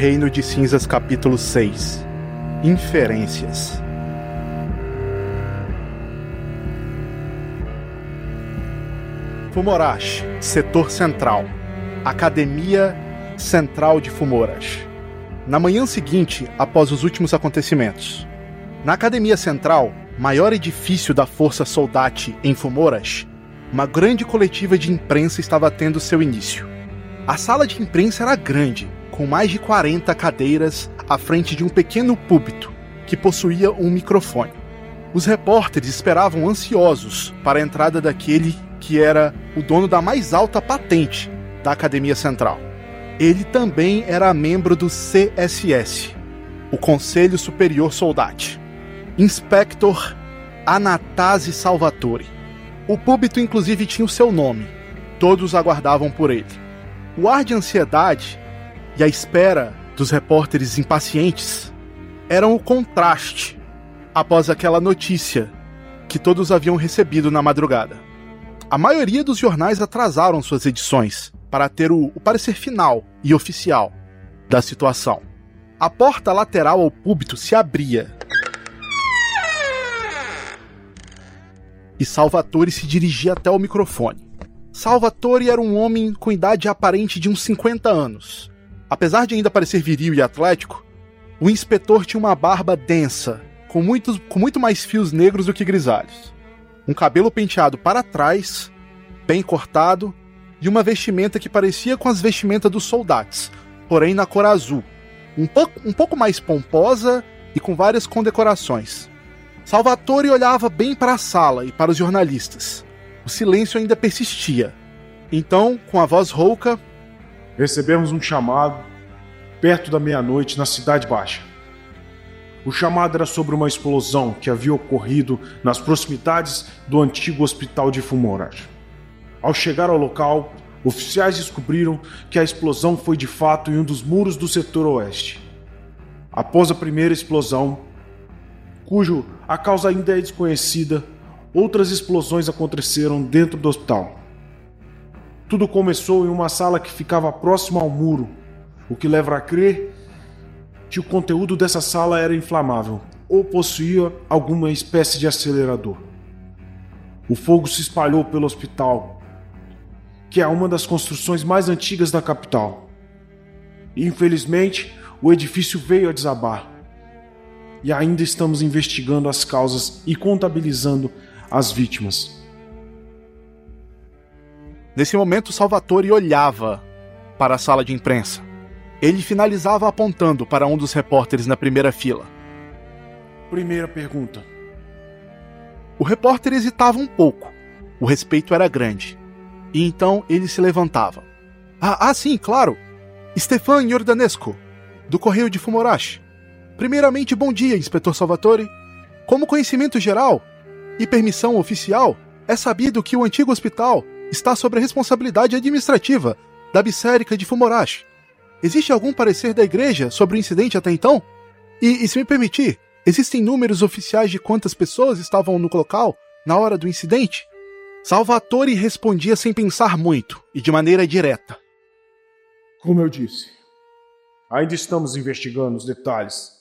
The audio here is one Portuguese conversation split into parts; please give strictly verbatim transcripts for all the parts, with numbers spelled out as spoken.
Reino de Cinzas capítulo seis. Inferências. Fumorash, setor central. Academia Central de Fumorash. Na manhã seguinte, após os últimos acontecimentos. Na Academia Central, maior edifício da Força Soldati em Fumorash, uma grande coletiva de imprensa estava tendo seu início. A sala de imprensa era grande, com mais de quarenta cadeiras à frente de um pequeno púlpito, que possuía um microfone. Os repórteres esperavam ansiosos para a entrada daquele que era o dono da mais alta patente da Academia Central. Ele também era membro do C S S, o Conselho Superior Soldati. Inspector Anastasi Salvatore. O púlpito inclusive tinha o seu nome. Todos aguardavam por ele. O ar de ansiedade e a espera dos repórteres impacientes eram o contraste após aquela notícia que todos haviam recebido na madrugada. A maioria dos jornais atrasaram suas edições para ter o, o parecer final e oficial da situação. A porta lateral ao púlpito se abria e Salvatore se dirigia até o microfone. Salvatore era um homem com idade aparente de uns cinquenta anos. Apesar de ainda parecer viril e atlético, o inspetor tinha uma barba densa, com, muitos, com muito mais fios negros do que grisalhos. Um cabelo penteado para trás, bem cortado, e uma vestimenta que parecia com as vestimentas dos soldados, porém na cor azul, um pouco, um pouco mais pomposa e com várias condecorações. Salvatore olhava bem para a sala e para os jornalistas. O silêncio ainda persistia. Então, com a voz rouca... Recebemos um chamado perto da meia-noite na Cidade Baixa. O chamado era sobre uma explosão que havia ocorrido nas proximidades do antigo hospital de Fumorash. Ao chegar ao local, oficiais descobriram que a explosão foi de fato em um dos muros do setor oeste. Após a primeira explosão, cujo a causa ainda é desconhecida, outras explosões aconteceram dentro do hospital. Tudo começou em uma sala que ficava próxima ao muro, o que leva a crer que o conteúdo dessa sala era inflamável ou possuía alguma espécie de acelerador. O fogo se espalhou pelo hospital, que é uma das construções mais antigas da capital. Infelizmente, o edifício veio a desabar. E ainda estamos investigando as causas e contabilizando as vítimas. Nesse momento, Salvatore olhava para a sala de imprensa. Ele finalizava apontando para um dos repórteres na primeira fila. Primeira pergunta. O repórter hesitava um pouco. O respeito era grande. E então ele se levantava. Ah, ah sim, claro. Stefan Iordanesco, do Correio de Fumorash. Primeiramente, bom dia, Inspetor Salvatore. Como conhecimento geral e permissão oficial, é sabido que o antigo hospital está sob a responsabilidade administrativa da Bissérica de Fumorash. Existe algum parecer da igreja sobre o incidente até então? E, e se me permitir, existem números oficiais de quantas pessoas estavam no local na hora do incidente? Salvatore respondia sem pensar muito e de maneira direta. Como eu disse, ainda estamos investigando os detalhes.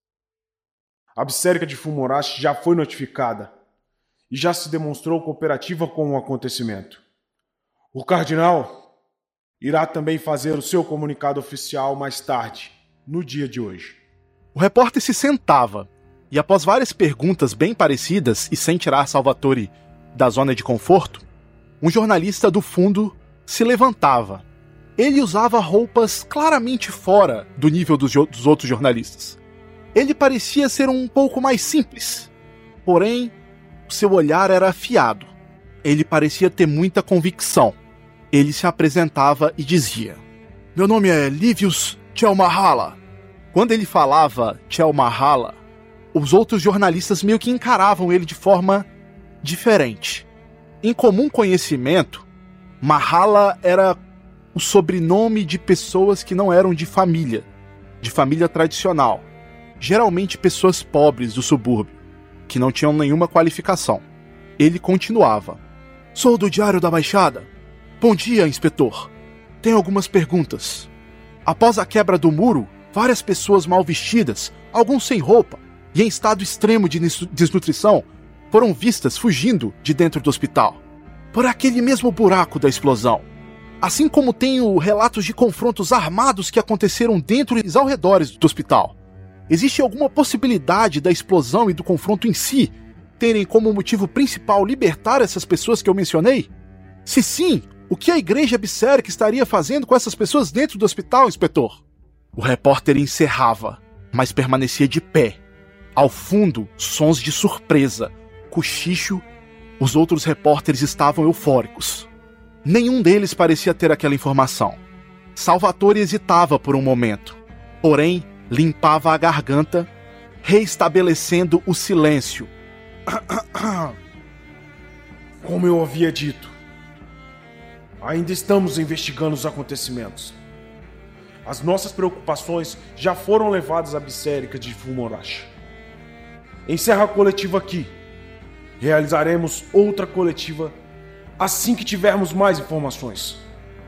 A Bissérica de Fumorash já foi notificada e já se demonstrou cooperativa com o acontecimento. O cardinal irá também fazer o seu comunicado oficial mais tarde, no dia de hoje. O repórter se sentava e, após várias perguntas bem parecidas e sem tirar Salvatore da zona de conforto, um jornalista do fundo se levantava. Ele usava roupas claramente fora do nível dos, dos outros jornalistas. Ele parecia ser um pouco mais simples, porém, o seu olhar era afiado. Ele parecia ter muita convicção. Ele se apresentava e dizia: Meu nome é Livius Chelmahala. Quando ele falava Chelmahala, os outros jornalistas meio que encaravam ele de forma diferente. Em comum conhecimento, Mahala era o sobrenome de pessoas que não eram de família, de família tradicional. Geralmente pessoas pobres do subúrbio, que não tinham nenhuma qualificação. Ele continuava: Sou do Diário da Baixada. Bom dia, inspetor. Tenho algumas perguntas. Após a quebra do muro, Várias pessoas mal vestidas, alguns sem roupa e em estado extremo de desnutrição, foram vistas fugindo de dentro do hospital, por aquele mesmo buraco da explosão. Assim como tenho relatos de confrontos armados que aconteceram dentro e ao redor do hospital. Existe alguma possibilidade da explosão e do confronto em si terem como motivo principal libertar essas pessoas que eu mencionei? Se sim, o que a igreja Berserk estaria fazendo com essas pessoas dentro do hospital, inspetor? O repórter encerrava, mas permanecia de pé. Ao fundo, sons de surpresa, cochicho. Os outros repórteres estavam eufóricos. Nenhum deles parecia ter aquela informação. Salvatore hesitava por um momento, porém limpava a garganta, reestabelecendo o silêncio. Como eu havia dito, ainda estamos investigando os acontecimentos. As nossas preocupações já foram levadas à Berserk de Fumorashi. Encerra a coletiva aqui. Realizaremos outra coletiva assim que tivermos mais informações.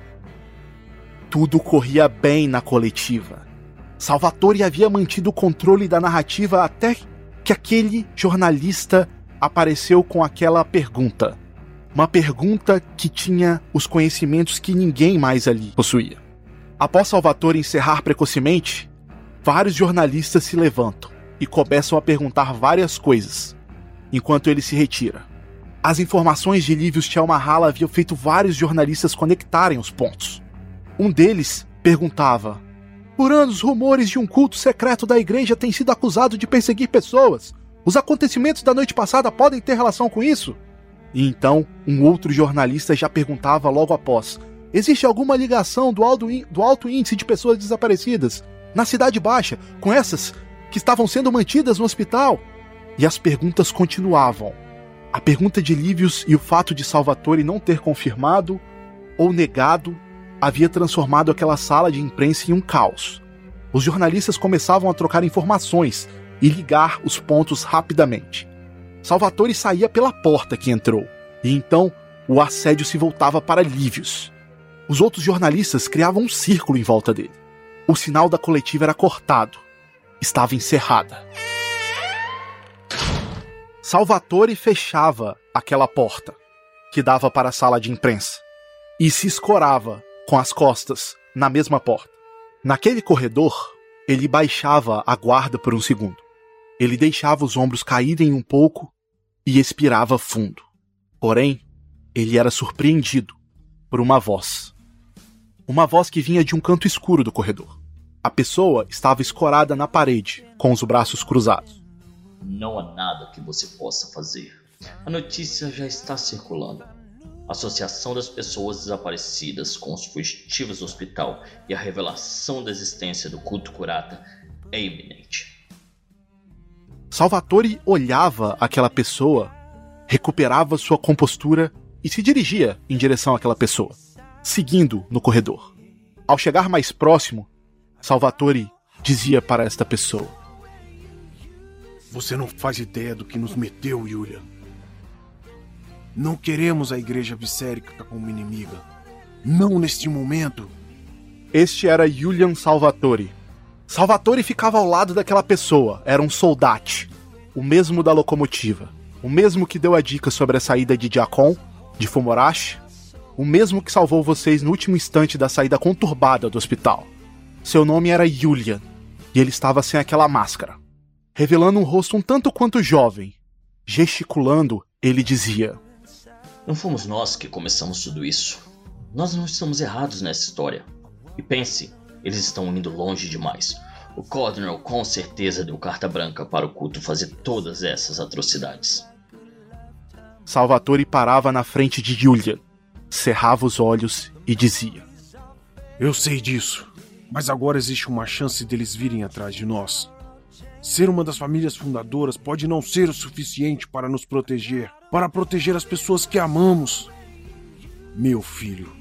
Tudo corria bem na coletiva. Salvatore havia mantido o controle da narrativa até que aquele jornalista apareceu com aquela pergunta. Uma pergunta que tinha os conhecimentos que ninguém mais ali possuía. Após Salvatore encerrar precocemente, vários jornalistas se levantam e começam a perguntar várias coisas, enquanto ele se retira. As informações de Livius Thelmahala haviam feito vários jornalistas conectarem os pontos. Um deles perguntava: por anos, rumores de um culto secreto da igreja têm sido acusado de perseguir pessoas. Os acontecimentos da noite passada podem ter relação com isso? E então, um outro jornalista já perguntava logo após: existe alguma ligação do alto, do alto índice de pessoas desaparecidas na Cidade Baixa com essas que estavam sendo mantidas no hospital? E as perguntas continuavam. A pergunta de Livius e o fato de Salvatore não ter confirmado ou negado havia transformado aquela sala de imprensa em um caos. Os jornalistas começavam a trocar informações e ligar os pontos rapidamente. Salvatore saía pela porta que entrou, e então o assédio se voltava para Livius. Os outros jornalistas criavam um círculo em volta dele. O sinal da coletiva era cortado. Estava encerrada. Salvatore fechava aquela porta, que dava para a sala de imprensa, e se escorava com as costas na mesma porta. Naquele corredor, ele baixava a guarda por um segundo. Ele deixava os ombros caírem um pouco e expirava fundo. Porém, ele era surpreendido por uma voz. Uma voz que vinha de um canto escuro do corredor. A pessoa estava escorada na parede, com os braços cruzados. Não há nada que você possa fazer. A notícia já está circulando. A associação das pessoas desaparecidas com os fugitivos do hospital e a revelação da existência do culto Kurata é iminente. Salvatore olhava aquela pessoa, recuperava sua compostura e se dirigia em direção àquela pessoa, seguindo no corredor. Ao chegar mais próximo, Salvatore dizia para esta pessoa: você não faz ideia do que nos meteu, Julian. Não queremos a igreja Berserk como inimiga. Não neste momento. Este era Julian Salvatore. Salvatore ficava ao lado daquela pessoa. Era um soldate. O mesmo da locomotiva. O mesmo que deu a dica sobre a saída de Diakon, de Fumorashi. O mesmo que salvou vocês no último instante da saída conturbada do hospital. Seu nome era Julian. E ele estava sem aquela máscara, revelando um rosto um tanto quanto jovem. Gesticulando, ele dizia: não fomos nós que começamos tudo isso. Nós não estamos errados nessa história. E pense, eles estão indo longe demais. O Cardinal com certeza deu carta branca para o culto fazer todas essas atrocidades. Salvatore parava na frente de Julian, cerrava os olhos e dizia: eu sei disso, mas agora existe uma chance deles virem atrás de nós. Ser uma das famílias fundadoras pode não ser o suficiente para nos proteger, para proteger as pessoas que amamos. Meu filho.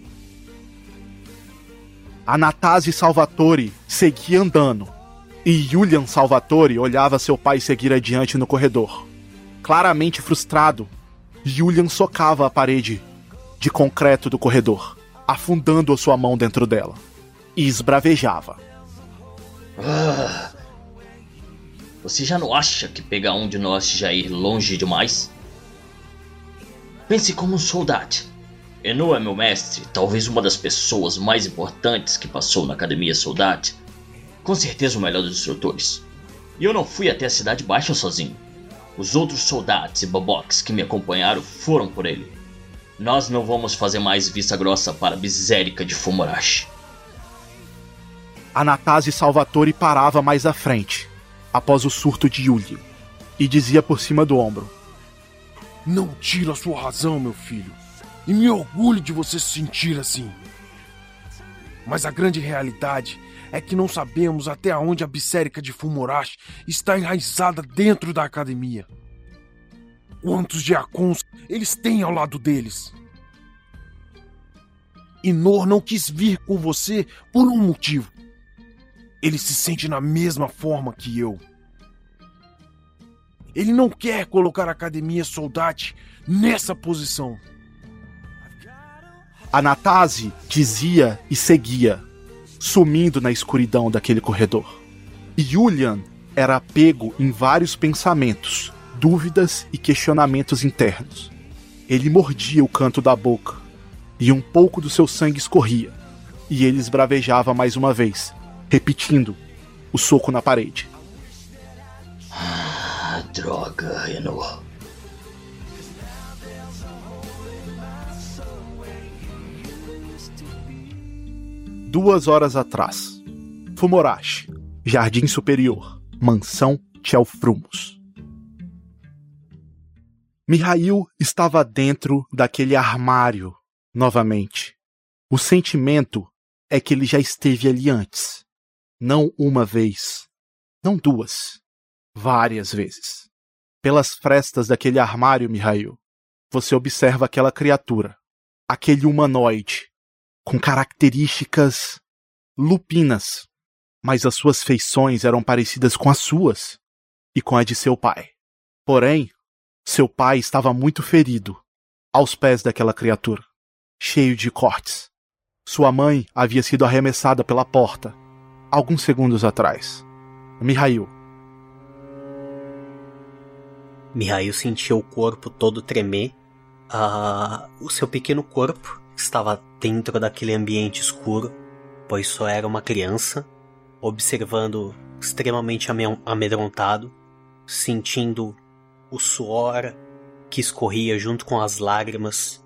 Anastasi Salvatore seguia andando, e Julian Salvatore olhava seu pai seguir adiante no corredor. Claramente frustrado, Julian socava a parede de concreto do corredor, afundando a sua mão dentro dela, e esbravejava: Ah, você já não acha que pegar um de nós já ir longe demais? Pense como um soldado. Enu é meu mestre, talvez uma das pessoas mais importantes que passou na Academia Soldado. Com certeza o melhor dos instrutores. E eu não fui até a Cidade Baixa sozinho. Os outros soldados e baboques que me acompanharam foram por ele. Nós não vamos fazer mais vista grossa para a Bisérica de Fumorashi. Anastase Salvatore parava mais à frente, após o surto de Yuli, e dizia por cima do ombro: Não tira a sua razão, meu filho, e me orgulho de você se sentir assim. Mas a grande realidade é que não sabemos até onde a Bisérica de Fumorashi está enraizada dentro da academia. Quantos diacons eles têm ao lado deles? Inor não quis vir com você por um motivo. Ele se sente na mesma forma que eu. Ele não quer colocar a Academia Soldati nessa posição. Anastase dizia e seguia, sumindo na escuridão daquele corredor. E Julian era pego em vários pensamentos, dúvidas e questionamentos internos. Ele mordia o canto da boca, e um pouco do seu sangue escorria, e ele esbravejava mais uma vez, repetindo o soco na parede. Ah, droga, Enu. Duas horas atrás. Fumorashi, Jardim Superior, Mansão Tchelfrumos. Mihail estava dentro daquele armário, novamente. O sentimento é que ele já esteve ali antes. Não uma vez, não duas, várias vezes. Pelas frestas daquele armário, Mihail, você observa aquela criatura, aquele humanoide, com características lupinas, mas as suas feições eram parecidas com as suas e com a de seu pai. Porém, seu pai estava muito ferido, aos pés daquela criatura, cheio de cortes. Sua mãe havia sido arremessada pela porta, alguns segundos atrás. Mihail. Mihail sentiu o corpo todo tremer. Ah, o seu pequeno corpo estava dentro daquele ambiente escuro, pois só era uma criança, observando extremamente amedrontado, sentindo o suor que escorria junto com as lágrimas,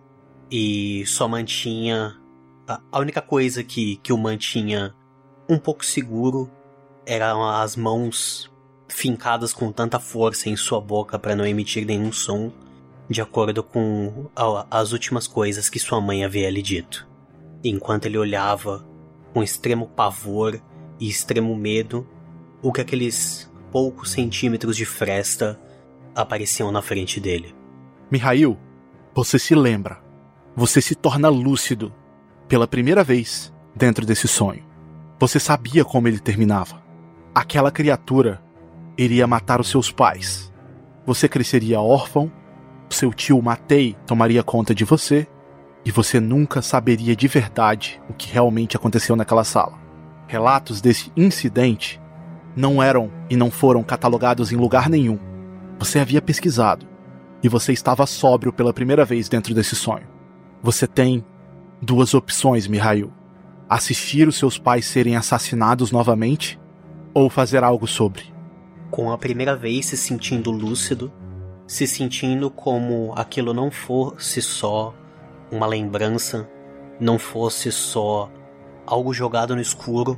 e só mantinha... A única coisa que, que o mantinha um pouco seguro eram as mãos fincadas com tanta força em sua boca para não emitir nenhum som, de acordo com a, as últimas coisas que sua mãe havia lhe dito. Enquanto ele olhava com extremo pavor e extremo medo o que aqueles poucos centímetros de fresta apareciam na frente dele. Mihail, você se lembra. Você se torna lúcido pela primeira vez dentro desse sonho. Você sabia como ele terminava. Aquela criatura iria matar os seus pais. Você cresceria órfão, seu tio Matei tomaria conta de você, e você nunca saberia de verdade o que realmente aconteceu naquela sala. Relatos desse incidente não eram e não foram catalogados em lugar nenhum. Você havia pesquisado, e você estava sóbrio pela primeira vez dentro desse sonho. Você tem duas opções, Mihail. Assistir os seus pais serem assassinados novamente, ou fazer algo sobre. Com a primeira vez se sentindo lúcido, se sentindo como aquilo não fosse só uma lembrança, não fosse só algo jogado no escuro,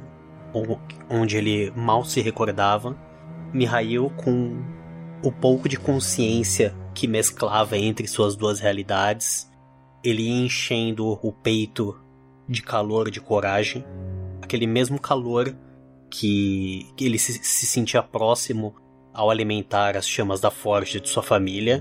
onde ele mal se recordava, Mihail, com o pouco de consciência que mesclava entre suas duas realidades, ele ia enchendo o peito de calor, de coragem, aquele mesmo calor que ele se, se sentia próximo ao alimentar as chamas da forja de sua família,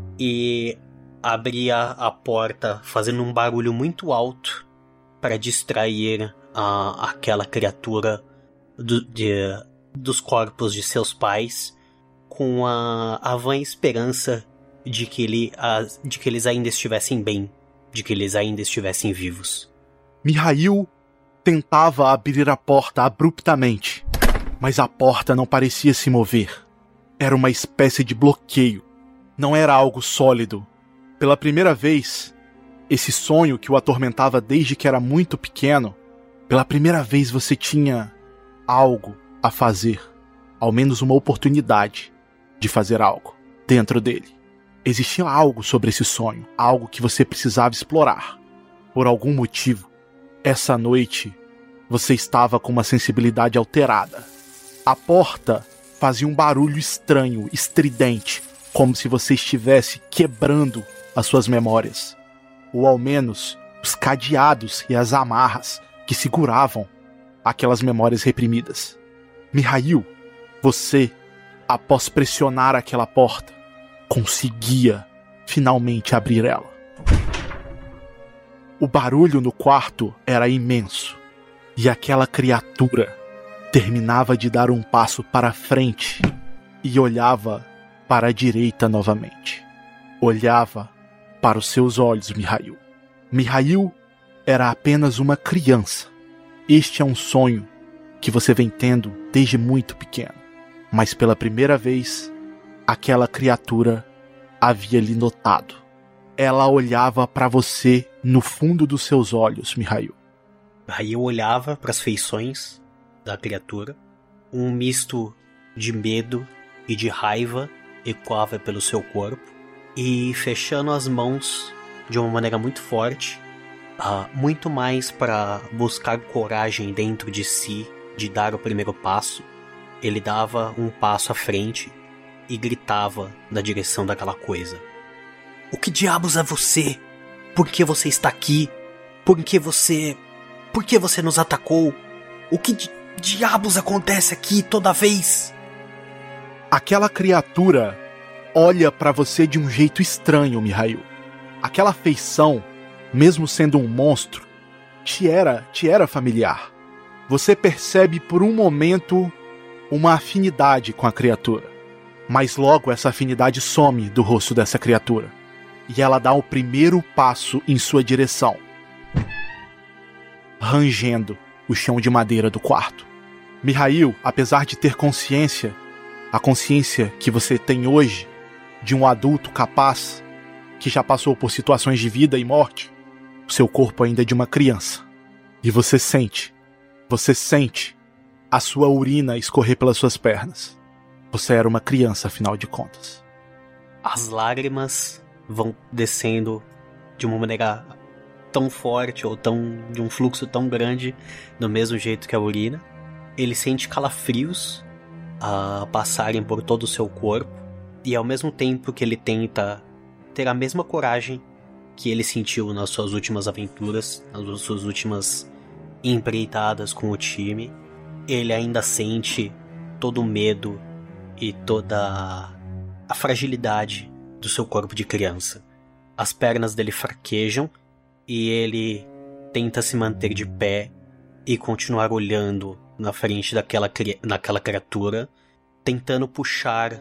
e abria a porta fazendo um barulho muito alto para distrair a, aquela criatura do, de, dos corpos de seus pais, com a, a vã esperança de que, ele, a, de que eles ainda estivessem bem, de que eles ainda estivessem vivos. Mihail tentava abrir a porta abruptamente, Mas a porta não parecia se mover. Era uma espécie de bloqueio. Não era algo sólido. Pela primeira vez, esse sonho que o atormentava desde que era muito pequeno, pela primeira vez você tinha algo a fazer. Ao menos uma oportunidade de fazer algo dentro dele. Existia algo sobre esse sonho, algo que você precisava explorar. Por algum motivo, essa noite, você estava com uma sensibilidade alterada. A porta fazia um barulho estranho, estridente, como se você estivesse quebrando as suas memórias. Ou ao menos, os cadeados e as amarras que seguravam aquelas memórias reprimidas. Mihail, você, após pressionar aquela porta, conseguia finalmente abrir ela. O barulho no quarto era imenso, e aquela criatura terminava de dar um passo para frente e olhava para a direita novamente. Olhava para os seus olhos, Mihail. Mihail era apenas uma criança. Este é um sonho que você vem tendo desde muito pequeno. Mas pela primeira vez, aquela criatura havia lhe notado. Ela olhava para você no fundo dos seus olhos, Mihail. Mihail olhava para as feições da criatura. Um misto de medo e de raiva ecoava pelo seu corpo. E fechando as mãos de uma maneira muito forte, uh, muito mais para buscar coragem dentro de si, de dar o primeiro passo, ele dava um passo à frente e gritava na direção daquela coisa. O que diabos é você? Por que você está aqui? Por que você... Por que você nos atacou? O que di- diabos acontece aqui toda vez? Aquela criatura olha para você de um jeito estranho, Mihail. Aquela feição, mesmo sendo um monstro, te era, te era familiar. Você percebe por um momento uma afinidade com a criatura. Mas logo essa afinidade some do rosto dessa criatura. E ela dá o primeiro passo em sua direção, rangendo o chão de madeira do quarto. Mihail, apesar de ter consciência, a consciência que você tem hoje, de um adulto capaz, que já passou por situações de vida e morte, o seu corpo ainda é de uma criança. E você sente, você sente a sua urina escorrer pelas suas pernas. Você era uma criança, afinal de contas. As lágrimas vão descendo de uma maneira tão forte ou tão, de um fluxo tão grande, do mesmo jeito que a urina. Ele sente calafrios a passarem por todo o seu corpo, e ao mesmo tempo que ele tenta ter a mesma coragem que ele sentiu nas suas últimas aventuras, nas suas últimas empreitadas com o time, ele ainda sente todo o medo e toda a fragilidade do seu corpo de criança. As pernas dele fraquejam e ele tenta se manter de pé e continuar olhando na frente daquela, daquela criatura, tentando puxar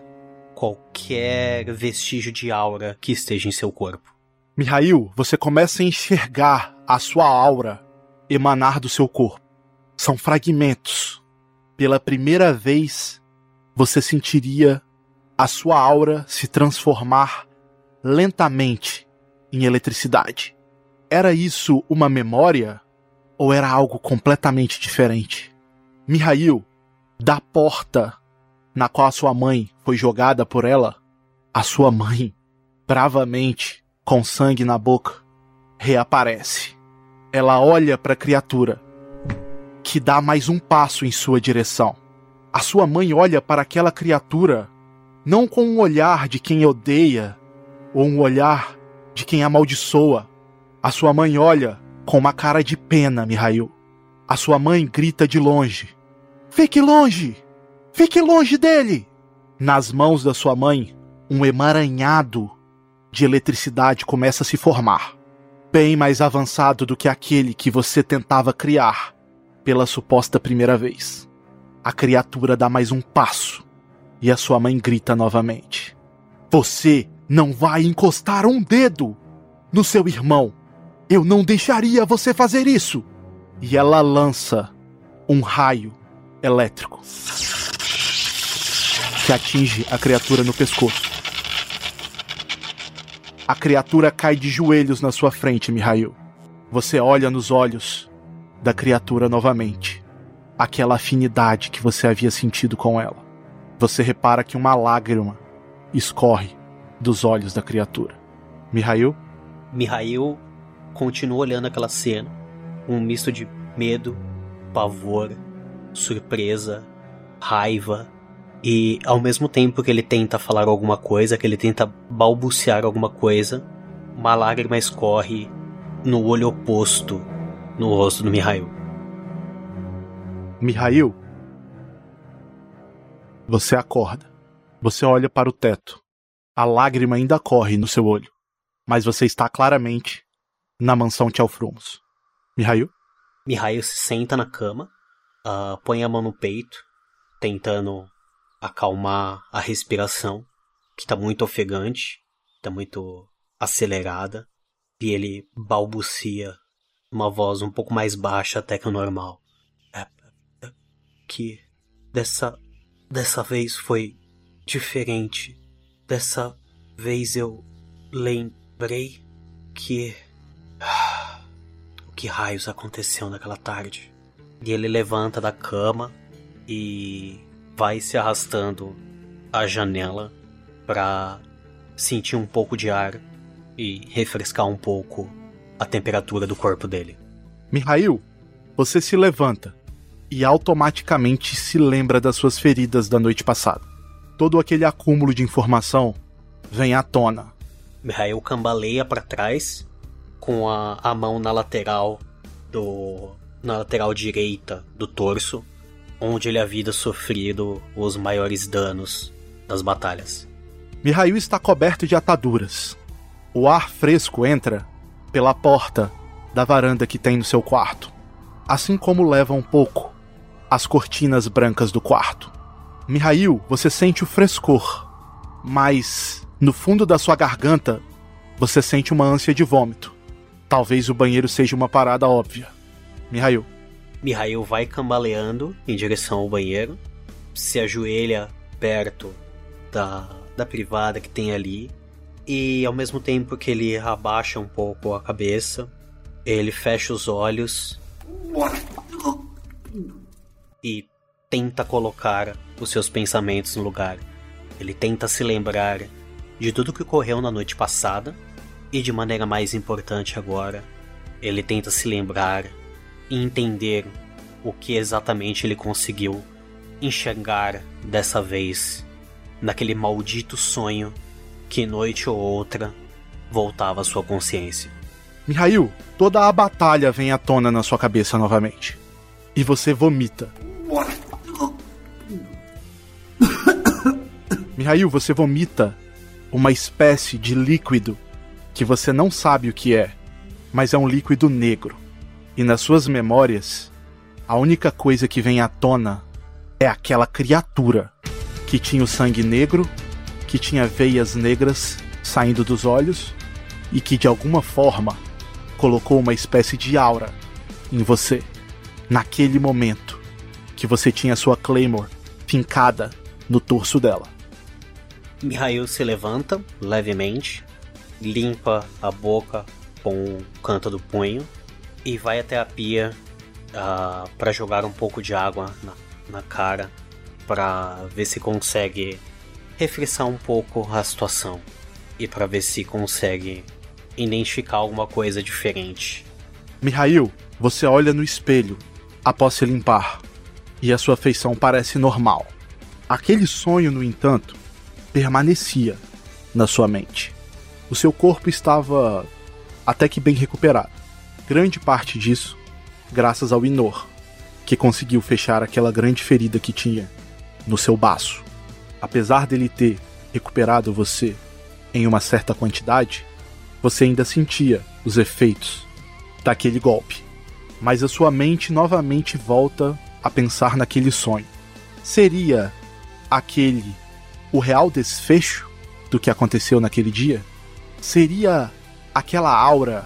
qualquer vestígio de aura que esteja em seu corpo. Mihail, você começa a enxergar a sua aura emanar do seu corpo. São fragmentos. Pela primeira vez, você sentiria a sua aura se transformar lentamente em eletricidade. Era isso uma memória ou era algo completamente diferente? Mihail, da porta na qual a sua mãe foi jogada por ela, a sua mãe, bravamente, com sangue na boca, reaparece. Ela olha para a criatura, que dá mais um passo em sua direção. A sua mãe olha para aquela criatura, não com um olhar de quem odeia, ou um olhar de quem amaldiçoa. A sua mãe olha com uma cara de pena, Mihail. A sua mãe grita de longe: "Fique longe! Fique longe dele!" Nas mãos da sua mãe, um emaranhado de eletricidade começa a se formar. Bem mais avançado do que aquele que você tentava criar pela suposta primeira vez. A criatura dá mais um passo e a sua mãe grita novamente: "Você não vai encostar um dedo no seu irmão! Eu não deixaria você fazer isso!" E ela lança um raio elétrico que atinge a criatura no pescoço. A criatura cai de joelhos na sua frente, Mihail. Você olha nos olhos da criatura novamente. Aquela afinidade que você havia sentido com ela. Você repara que uma lágrima escorre dos olhos da criatura. Mihail? Mihail continua olhando aquela cena. Um misto de medo, pavor, surpresa, raiva. E ao mesmo tempo que ele tenta falar alguma coisa, que ele tenta balbuciar alguma coisa, uma lágrima escorre no olho oposto, no rosto do Mihail. Mihail, você acorda. Você olha para o teto. A lágrima ainda corre no seu olho, mas você está claramente na mansão Tchalfrumos. Mihail? Mihail se senta na cama, uh, põe a mão no peito, tentando acalmar a respiração, que está muito ofegante, está muito acelerada, e ele balbucia uma voz um pouco mais baixa até que o normal. É, é, que dessa, dessa vez foi diferente. Dessa vez eu lembrei que... O que raios aconteceu naquela tarde? E ele levanta da cama e vai se arrastando à janela para sentir um pouco de ar e refrescar um pouco a temperatura do corpo dele. Mihail, você se levanta e automaticamente se lembra das suas feridas da noite passada. Todo aquele acúmulo de informação vem à tona. Mihail cambaleia para trás com a, a mão na lateral do na lateral direita do torso, onde ele havia sofrido os maiores danos das batalhas. Mihail está coberto de ataduras. O ar fresco entra pela porta da varanda que tem no seu quarto, assim como leva um pouco as cortinas brancas do quarto. Mihail, você sente o frescor, mas no fundo da sua garganta você sente uma ânsia de vômito. Talvez o banheiro seja uma parada óbvia. Mihail. Mihail vai cambaleando em direção ao banheiro, se ajoelha perto da, da privada que tem ali, e ao mesmo tempo que ele abaixa um pouco a cabeça, ele fecha os olhos e tenta colocar os seus pensamentos no lugar. Ele tenta se lembrar de tudo que ocorreu na noite passada e, de maneira mais importante agora, ele tenta se lembrar e entender o que exatamente ele conseguiu enxergar dessa vez naquele maldito sonho que noite ou outra voltava à sua consciência. Mihail, toda a batalha vem à tona na sua cabeça novamente. E você vomita. Mihail, você vomita uma espécie de líquido que você não sabe o que é, mas é um líquido negro. E nas suas memórias, a única coisa que vem à tona é aquela criatura que tinha o sangue negro, que tinha veias negras saindo dos olhos e que de alguma forma colocou uma espécie de aura em você. Naquele momento que você tinha sua Claymore fincada no torso dela. Mihail se levanta levemente, limpa a boca com o canto do punho e vai até a pia uh, para jogar um pouco de água na, na cara para ver se consegue refrescar um pouco a situação e para ver se consegue identificar alguma coisa diferente. Mihail, você olha no espelho após se limpar e a sua feição parece normal. Aquele sonho, no entanto, permanecia na sua mente. O seu corpo estava até que bem recuperado. Grande parte disso graças ao Inor, que conseguiu fechar aquela grande ferida que tinha no seu baço. Apesar dele ter recuperado você em uma certa quantidade, você ainda sentia os efeitos daquele golpe. Mas a sua mente novamente volta a pensar naquele sonho. Seria aquele o real desfecho do que aconteceu naquele dia? Seria aquela aura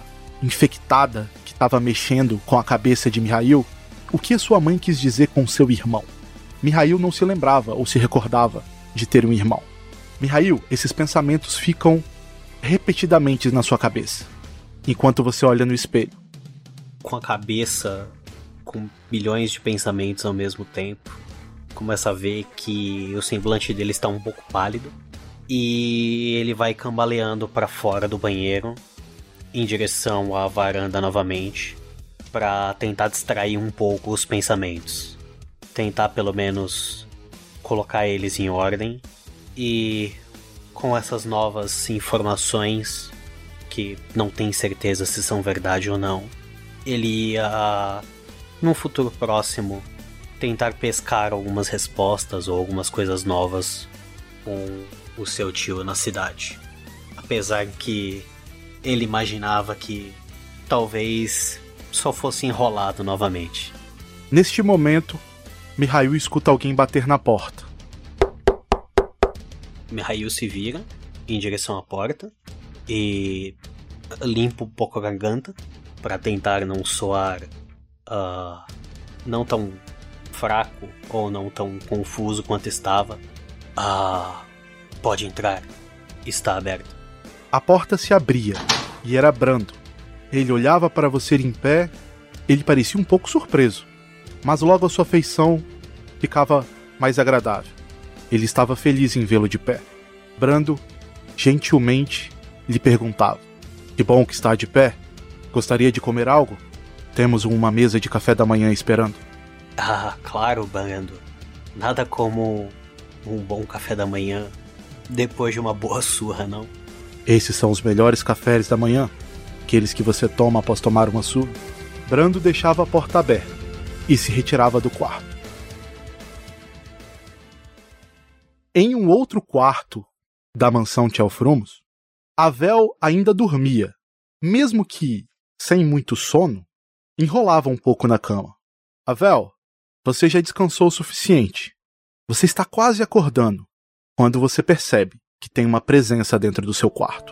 infectada que estava mexendo com a cabeça de Mihail? O que a sua mãe quis dizer com seu irmão? Mihail não se lembrava ou se recordava de ter um irmão. Mihail, esses pensamentos ficam repetidamente na sua cabeça, enquanto você olha no espelho. Com a cabeça com milhões de pensamentos ao mesmo tempo, começa a ver que o semblante dele está um pouco pálido e ele vai cambaleando para fora do banheiro em direção à varanda novamente para tentar distrair um pouco os pensamentos, tentar pelo menos colocar eles em ordem. E com essas novas informações, que não tem certeza se são verdade ou não, ele ia, num futuro próximo, tentar pescar algumas respostas ou algumas coisas novas com o seu tio na cidade. Apesar que ele imaginava que talvez só fosse enrolado novamente. Neste momento, Mihail escuta alguém bater na porta. Mihail se vira em direção à porta e limpa um pouco a garganta para tentar não soar uh, não tão fraco ou não tão confuso quanto estava. Ah, pode entrar. Está aberto. A porta se abria e era Brando. Ele olhava para você em pé. Ele parecia um pouco surpreso, mas logo a sua feição ficava mais agradável. Ele estava feliz em vê-lo de pé. Brando, gentilmente, lhe perguntava: que bom que está de pé. Gostaria de comer algo? Temos uma mesa de café da manhã esperando. Ah, claro, Brando. Nada como um bom café da manhã depois de uma boa surra, não? Esses são os melhores cafés da manhã, aqueles que você toma após tomar uma surra. Brando deixava a porta aberta e se retirava do quarto. Em um outro quarto da mansão Tchelfrumos, Avel ainda dormia, mesmo que sem muito sono, enrolava um pouco na cama. Avel, você já descansou o suficiente. Você está quase acordando quando você percebe que tem uma presença dentro do seu quarto.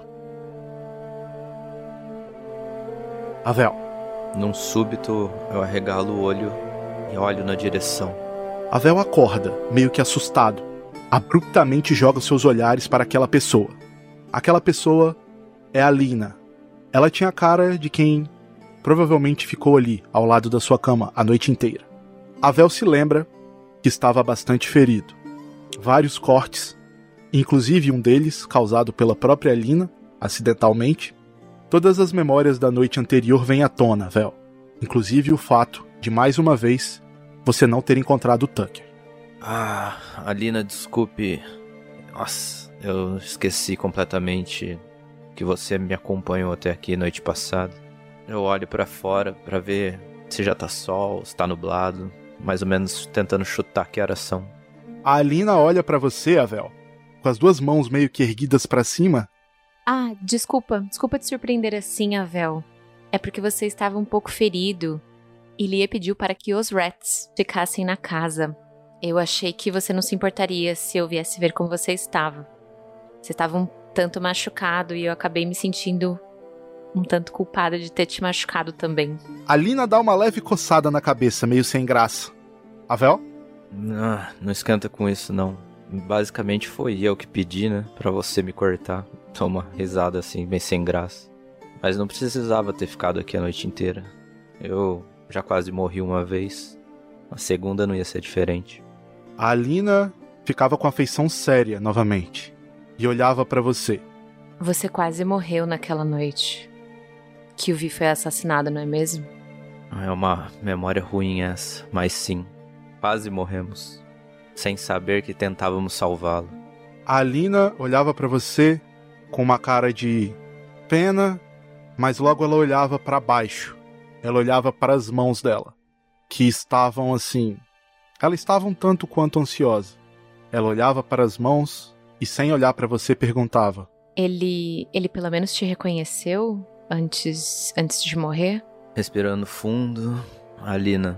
Avel. Num súbito, eu arregalo o olho e olho na direção. Avel acorda, meio que assustado. Abruptamente joga seus olhares para aquela pessoa. Aquela pessoa é a Lina. Ela tinha a cara de quem provavelmente ficou ali, ao lado da sua cama, a noite inteira. Avel se lembra que estava bastante ferido. Vários cortes, inclusive um deles causado pela própria Lina, acidentalmente. Todas as memórias da noite anterior vêm à tona, Avel. Inclusive o fato de, mais uma vez, você não ter encontrado o Tucker. Ah, Alina, desculpe. Nossa, eu esqueci completamente que você me acompanhou até aqui noite passada. Eu olho pra fora pra ver se já tá sol, se tá nublado, mais ou menos tentando chutar que horas são. A Alina olha pra você, Avel, com as duas mãos meio que erguidas pra cima. Ah, desculpa, desculpa te surpreender assim, Avel. É porque você estava um pouco ferido e Lia pediu para que os Rats ficassem na casa. Eu achei que você não se importaria se eu viesse ver como você estava. Você estava um tanto machucado e eu acabei me sentindo um tanto culpada de ter te machucado também. A Lina dá uma leve coçada na cabeça, meio sem graça. Avel? Ah, não esquenta com isso, não. Basicamente foi eu que pedi, né, pra você me cortar. Dá uma risada assim, bem sem graça. Mas não precisava ter ficado aqui a noite inteira. Eu já quase morri uma vez. A segunda não ia ser diferente. A Alina ficava com a feição séria novamente e olhava pra você. Você quase morreu naquela noite que o Vi foi assassinado, não é mesmo? É uma memória ruim essa, mas sim, quase morremos, sem saber que tentávamos salvá-lo. A Alina olhava pra você com uma cara de pena, mas logo ela olhava pra baixo. Ela olhava para as mãos dela, que estavam assim... Ela estava um tanto quanto ansiosa. Ela olhava para as mãos e, sem olhar para você, perguntava: Ele... ele pelo menos te reconheceu antes, antes de morrer? Respirando fundo, Alina,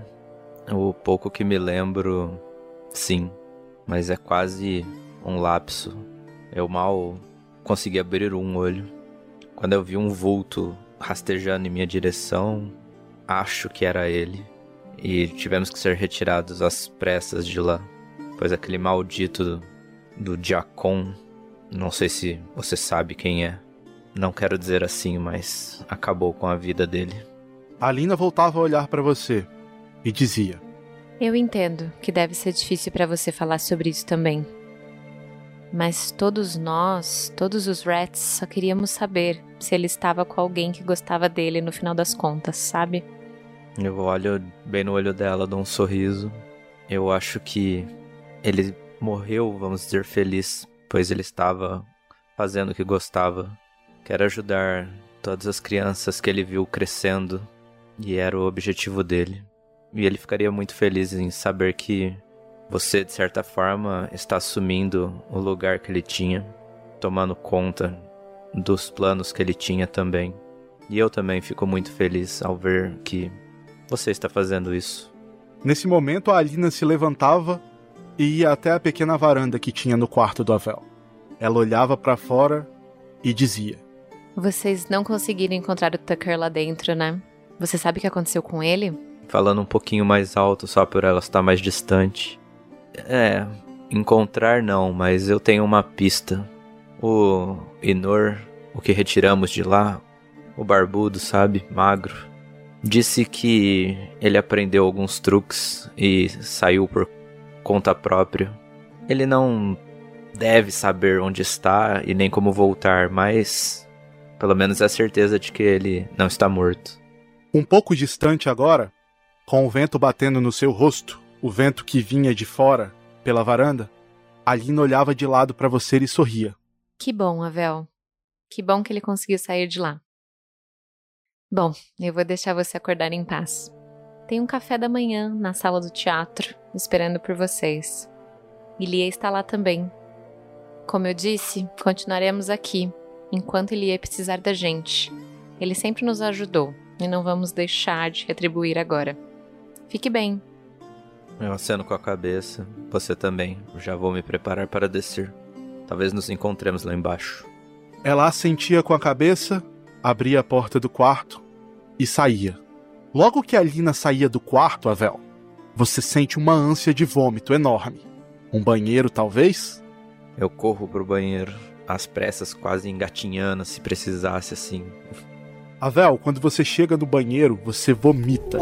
o pouco que me lembro, sim, mas é quase um lapso. Eu mal consegui abrir um olho. Quando eu vi um vulto rastejando em minha direção, acho que era ele. E tivemos que ser retirados às pressas de lá. pois aquele maldito do, do Diacon, não sei se você sabe quem é, não quero dizer assim, mas acabou com a vida dele. A Alina voltava a olhar para você e dizia: Eu entendo que deve ser difícil para você falar sobre isso também. Mas todos nós, todos os Rats, só queríamos saber se ele estava com alguém que gostava dele no final das contas, sabe? Eu olho bem no olho dela, dou um sorriso. Eu acho que ele morreu, vamos dizer, feliz, pois ele estava fazendo o que gostava. Quero ajudar todas as crianças que ele viu crescendo, e era o objetivo dele. E ele ficaria muito feliz em saber que você, de certa forma, está assumindo o lugar que ele tinha, tomando conta dos planos que ele tinha também. E eu também fico muito feliz ao ver que você está fazendo isso. Nesse momento, a Alina se levantava e ia até a pequena varanda que tinha no quarto do Avel. Ela olhava para fora e dizia: Vocês não conseguiram encontrar o Tucker lá dentro, né? Você sabe o que aconteceu com ele? Falando um pouquinho mais alto, só por ela estar mais distante. É, encontrar não, mas eu tenho uma pista. O Inor, o que retiramos de lá, o barbudo, sabe, magro, disse que ele aprendeu alguns truques e saiu por conta própria. Ele não deve saber onde está e nem como voltar, mas pelo menos é a certeza de que ele não está morto. Um pouco distante agora, com o vento batendo no seu rosto, o vento que vinha de fora, pela varanda, a Alina olhava de lado para você e sorria. Que bom, Avel. Que bom que ele conseguiu sair de lá. Bom, eu vou deixar você acordar em paz. Tem um café da manhã na sala do teatro, esperando por vocês. Ilie está lá também. Como eu disse, continuaremos aqui, enquanto Ilie precisar da gente. Ele sempre nos ajudou, e não vamos deixar de retribuir agora. Fique bem. Eu aceno com a cabeça. Você também. Já vou me preparar para descer. Talvez nos encontremos lá embaixo. Ela assentia com a cabeça, abria a porta do quarto e saía. Logo que a Alina saía do quarto, Avel, você sente uma ânsia de vômito enorme. Um banheiro, talvez? Eu corro pro banheiro, às pressas, quase engatinhando, se precisasse, assim. Avel, quando você chega no banheiro, você vomita.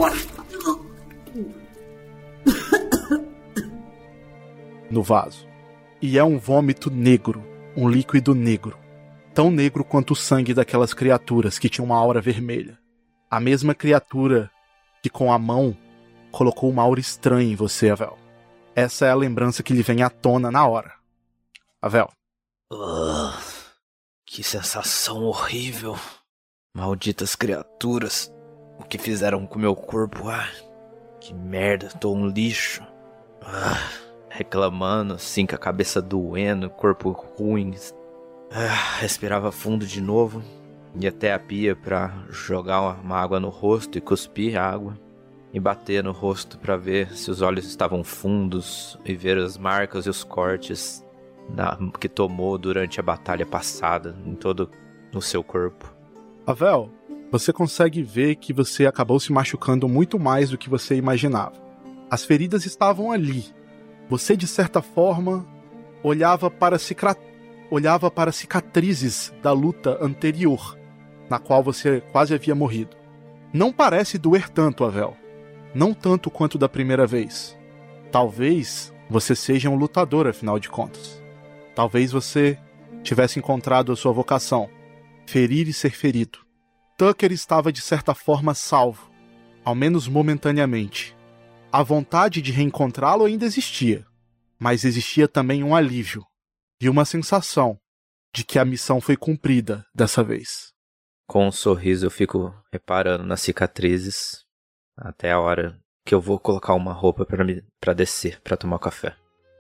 No vaso. E é um vômito negro, um líquido negro. Tão negro quanto o sangue daquelas criaturas que tinham uma aura vermelha. A mesma criatura que com a mão colocou uma aura estranha em você, Avel. Essa é a lembrança que lhe vem à tona na hora. Avel. Uh, que sensação horrível. Malditas criaturas. O que fizeram com meu corpo? Ah, que merda, tô um lixo. Ah, reclamando, assim, com a cabeça doendo, corpo ruim. Ah, respirava fundo de novo. Ia até a pia pra jogar uma água no rosto e cuspir a água. E bater no rosto pra ver se os olhos estavam fundos e ver as marcas e os cortes da, que tomou durante a batalha passada em todo o seu corpo. Avel, você consegue ver que você acabou se machucando muito mais do que você imaginava. As feridas estavam ali. Você, de certa forma, olhava para, cicra... olhava para cicatrizes da luta anterior, na qual você quase havia morrido. Não parece doer tanto, Avel. Não tanto quanto da primeira vez. Talvez você seja um lutador, afinal de contas. Talvez você tivesse encontrado a sua vocação. Ferir e ser ferido. Tucker estava de certa forma salvo, ao menos momentaneamente. A vontade de reencontrá-lo ainda existia, mas existia também um alívio e uma sensação de que a missão foi cumprida dessa vez. Com um sorriso eu fico reparando nas cicatrizes até a hora que eu vou colocar uma roupa para me para descer, para tomar café.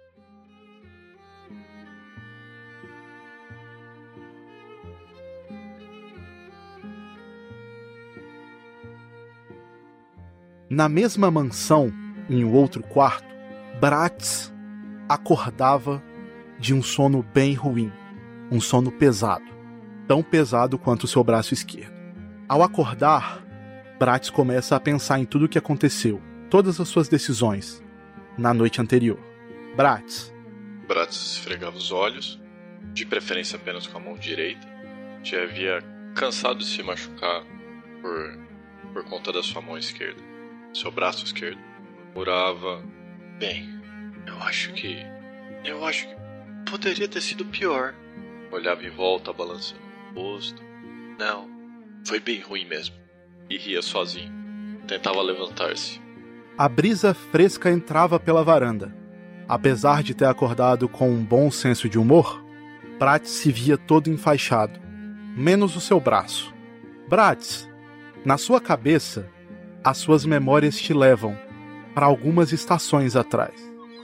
Na mesma mansão, em um outro quarto, Bratz acordava de um sono bem ruim, um sono pesado, tão pesado quanto o seu braço esquerdo. Ao acordar, Bratz começa a pensar em tudo o que aconteceu, todas as suas decisões, na noite anterior. Bratz. Bratz esfregava os olhos, de preferência apenas com a mão direita. Já havia cansado de se machucar por, por conta da sua mão esquerda, seu braço esquerdo. Murava. Bem, eu acho que... Eu acho que poderia ter sido pior. Olhava em volta, balançando o rosto. Não, foi bem ruim mesmo. E ria sozinho. Tentava levantar-se. A brisa fresca entrava pela varanda. Apesar de ter acordado com um bom senso de humor, Bratz se via todo enfaixado, menos o seu braço. Bratz, na sua cabeça, as suas memórias te levam para algumas estações atrás.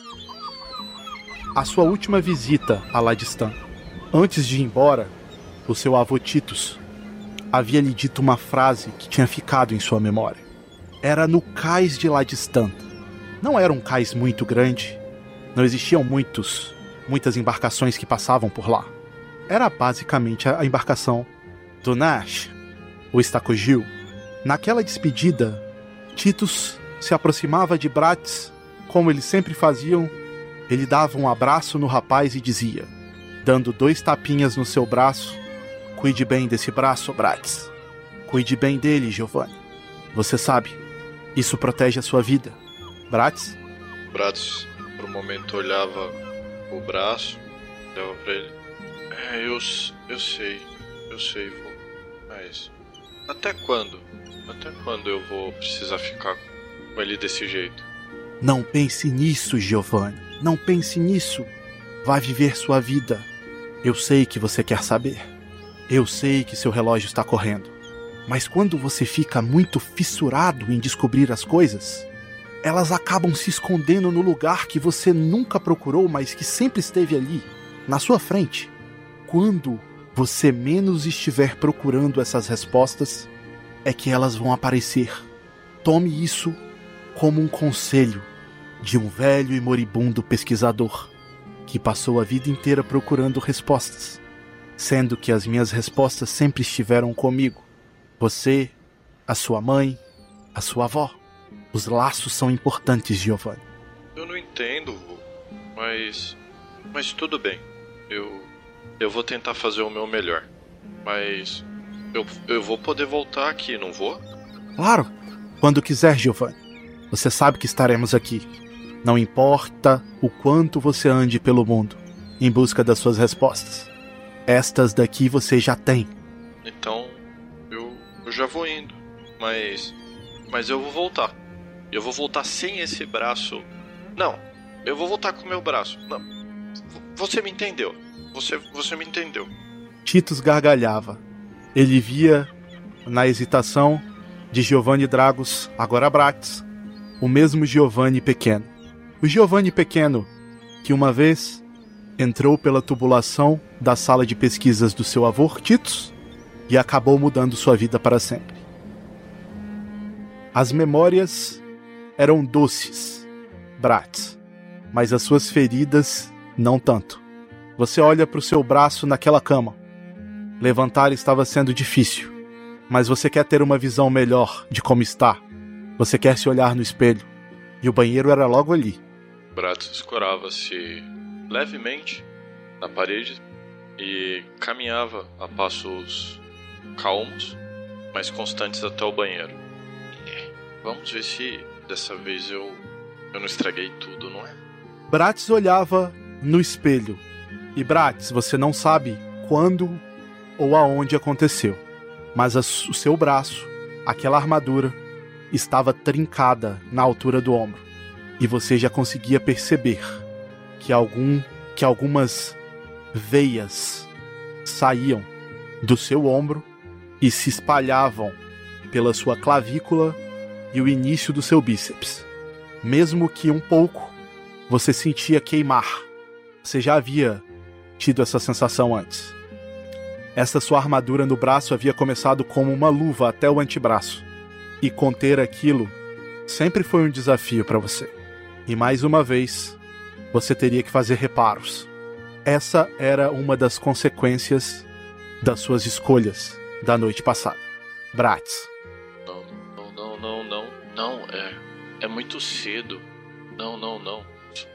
A sua última visita a Ladistan. Antes de ir embora, o seu avô Titus havia lhe dito uma frase que tinha ficado em sua memória. Era no cais de Ladistan. Não era um cais muito grande, não existiam muitos, muitas embarcações que passavam por lá. Era basicamente a embarcação do Nash, o Estacogil. Naquela despedida, Titus se aproximava de Bratz, como eles sempre faziam. Ele dava um abraço no rapaz e dizia, dando dois tapinhas no seu braço: cuide bem desse braço, Bratz. Cuide bem dele, Giovanni. Você sabe, isso protege a sua vida. Bratz? Bratz, por um momento, olhava o braço, olhava pra ele. É, eu, eu sei, eu sei, vô. Mas até quando? Até quando eu vou precisar ficar com ele desse jeito? Não pense nisso, Giovanni. Não pense nisso. Vá viver sua vida. Eu sei que você quer saber. Eu sei que seu relógio está correndo. Mas quando você fica muito fissurado em descobrir as coisas, elas acabam se escondendo no lugar que você nunca procurou, mas que sempre esteve ali, na sua frente. Quando você menos estiver procurando essas respostas, é que elas vão aparecer. Tome isso como um conselho de um velho e moribundo pesquisador que passou a vida inteira procurando respostas, sendo que as minhas respostas sempre estiveram comigo. Você, a sua mãe, a sua avó. Os laços são importantes, Giovanni. Eu não entendo, vô, mas... Mas tudo bem. Eu... Eu vou tentar fazer o meu melhor. Mas... Eu, eu vou poder voltar aqui, não vou? Claro! Quando quiser, Giovanni. Você sabe que estaremos aqui. Não importa o quanto você ande pelo mundo em busca das suas respostas. Estas daqui você já tem. Então... Eu... Eu já vou indo. Mas... Mas eu vou voltar. Eu vou voltar sem esse braço. Não, eu vou voltar com o meu braço. Não. Você me entendeu. Você, você me entendeu. Titus gargalhava. Ele via, na hesitação de Giovanni Dragos, agora Bratz, o mesmo Giovanni pequeno. O Giovanni pequeno que uma vez entrou pela tubulação da sala de pesquisas do seu avô Titus e acabou mudando sua vida para sempre. As memórias eram doces, Bratz, mas as suas feridas não tanto. Você olha para o seu braço naquela cama. Levantar estava sendo difícil, mas você quer ter uma visão melhor de como está. Você quer se olhar no espelho, e o banheiro era logo ali. Bratz escorava-se levemente na parede e caminhava a passos calmos, mas constantes até o banheiro. Vamos ver se dessa vez eu, eu não estraguei tudo, não é? Bratz olhava no espelho. E Bratz, você não sabe quando ou aonde aconteceu. Mas a, o seu braço, aquela armadura, estava trincada na altura do ombro. E você já conseguia perceber que, algum, que algumas veias saíam do seu ombro e se espalhavam pela sua clavícula e o início do seu bíceps. Mesmo que um pouco, você sentia queimar. Você já havia tido essa sensação antes. Essa sua armadura no braço havia começado como uma luva até o antebraço. E conter aquilo sempre foi um desafio para você. E mais uma vez, você teria que fazer reparos. Essa era uma das consequências das suas escolhas da noite passada. Bratz. Não, não, não, não, não, não, é, é muito cedo. Não, não, não.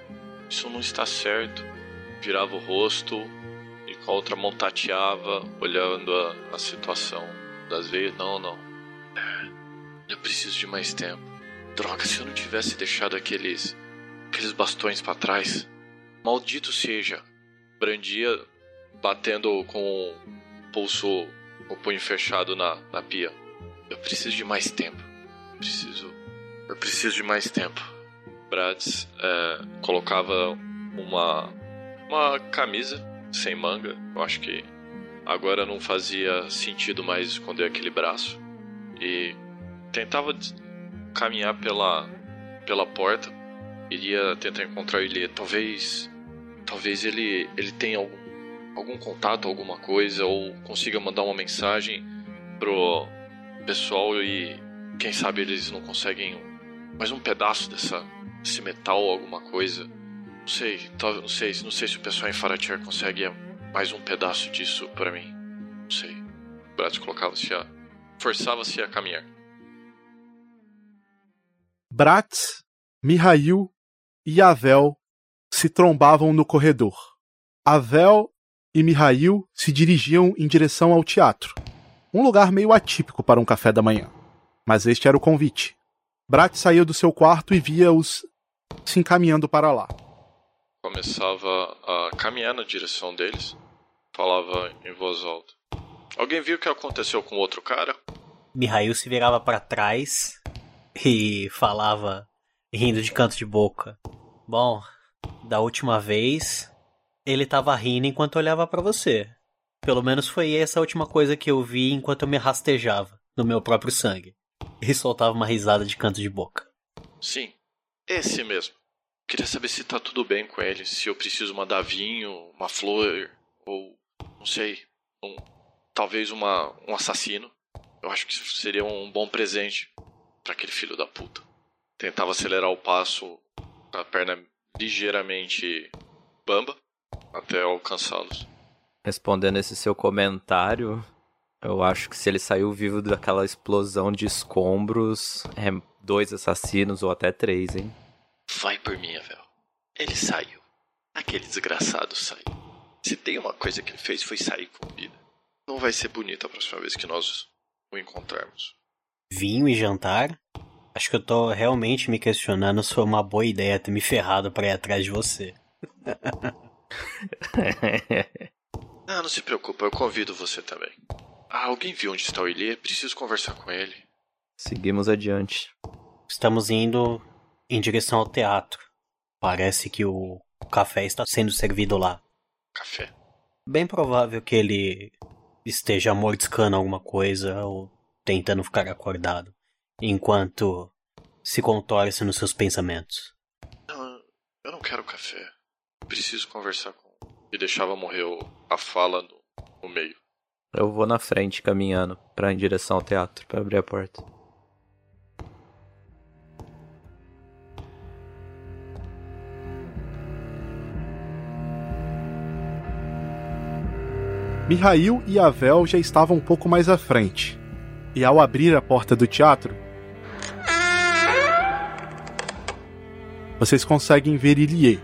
isso não está certo. Virava o rosto e com a outra mão tateava, olhando a, a situação das veias. Não, não. Eu preciso de mais tempo. Droga, se eu não tivesse deixado aqueles, aqueles bastões para trás. Maldito seja. Brandia, batendo com o pulso, o punho fechado na, na pia. Eu preciso de mais tempo. Preciso... Eu preciso de mais tempo. Brads é, colocava uma, uma camisa sem manga. Eu acho que agora não fazia sentido mais esconder aquele braço. E tentava caminhar pela, pela porta. Iria tentar encontrar ele. Talvez, talvez ele, ele tenha algum, algum contato, alguma coisa. Ou consiga mandar uma mensagem pro pessoal e quem sabe eles não conseguem mais um pedaço dessa, desse metal ou alguma coisa. Não sei, não sei, não sei se o pessoal em Faratier consegue mais um pedaço disso pra mim. Não sei. Brads colocava-se a... forçava-se a caminhar. Brads, Mihail e Avel se trombavam no corredor. Avel e Mihail se dirigiam em direção ao teatro. Um lugar meio atípico para um café da manhã. Mas este era o convite. Brads saiu do seu quarto e via-os se encaminhando para lá. Começava a caminhar na direção deles. Falava em voz alta. Alguém viu o que aconteceu com o outro cara? Mihail se virava para trás e falava, rindo de canto de boca. Bom, da última vez, ele tava rindo enquanto olhava para você. Pelo menos foi essa a última coisa que eu vi enquanto eu me rastejava no meu próprio sangue. E soltava uma risada de canto de boca. Sim, esse mesmo. Queria saber se tá tudo bem com ele, se eu preciso mandar vinho, uma flor, ou, não sei, um, talvez uma, um assassino. Eu acho que seria um bom presente para aquele filho da puta. Tentava acelerar o passo, com a perna ligeiramente bamba, até alcançá-los. Respondendo esse seu comentário, eu acho que se ele saiu vivo daquela explosão de escombros, é dois assassinos ou até três, hein? Vai por mim, Avel. Ele saiu. Aquele desgraçado saiu. Se tem uma coisa que ele fez foi sair com vida. Não vai ser bonito a próxima vez que nós o encontrarmos. Vinho e jantar? Acho que eu tô realmente me questionando se foi uma boa ideia ter me ferrado pra ir atrás de você. Ah, não se preocupa, eu convido você também. Ah, alguém viu onde está o Ilie? Preciso conversar com ele. Seguimos adiante. Estamos indo em direção ao teatro. Parece que o café está sendo servido lá. Café? Bem provável que ele esteja mordiscando alguma coisa ou tentando ficar acordado, enquanto se contorce nos seus pensamentos. Não, eu não quero café. Preciso conversar com... E deixava morrer a fala no, no meio. Eu vou na frente, caminhando pra em direção ao teatro, pra abrir a porta. Mihail e Avel já estavam um pouco mais à frente. E ao abrir a porta do teatro, vocês conseguem ver Ilie.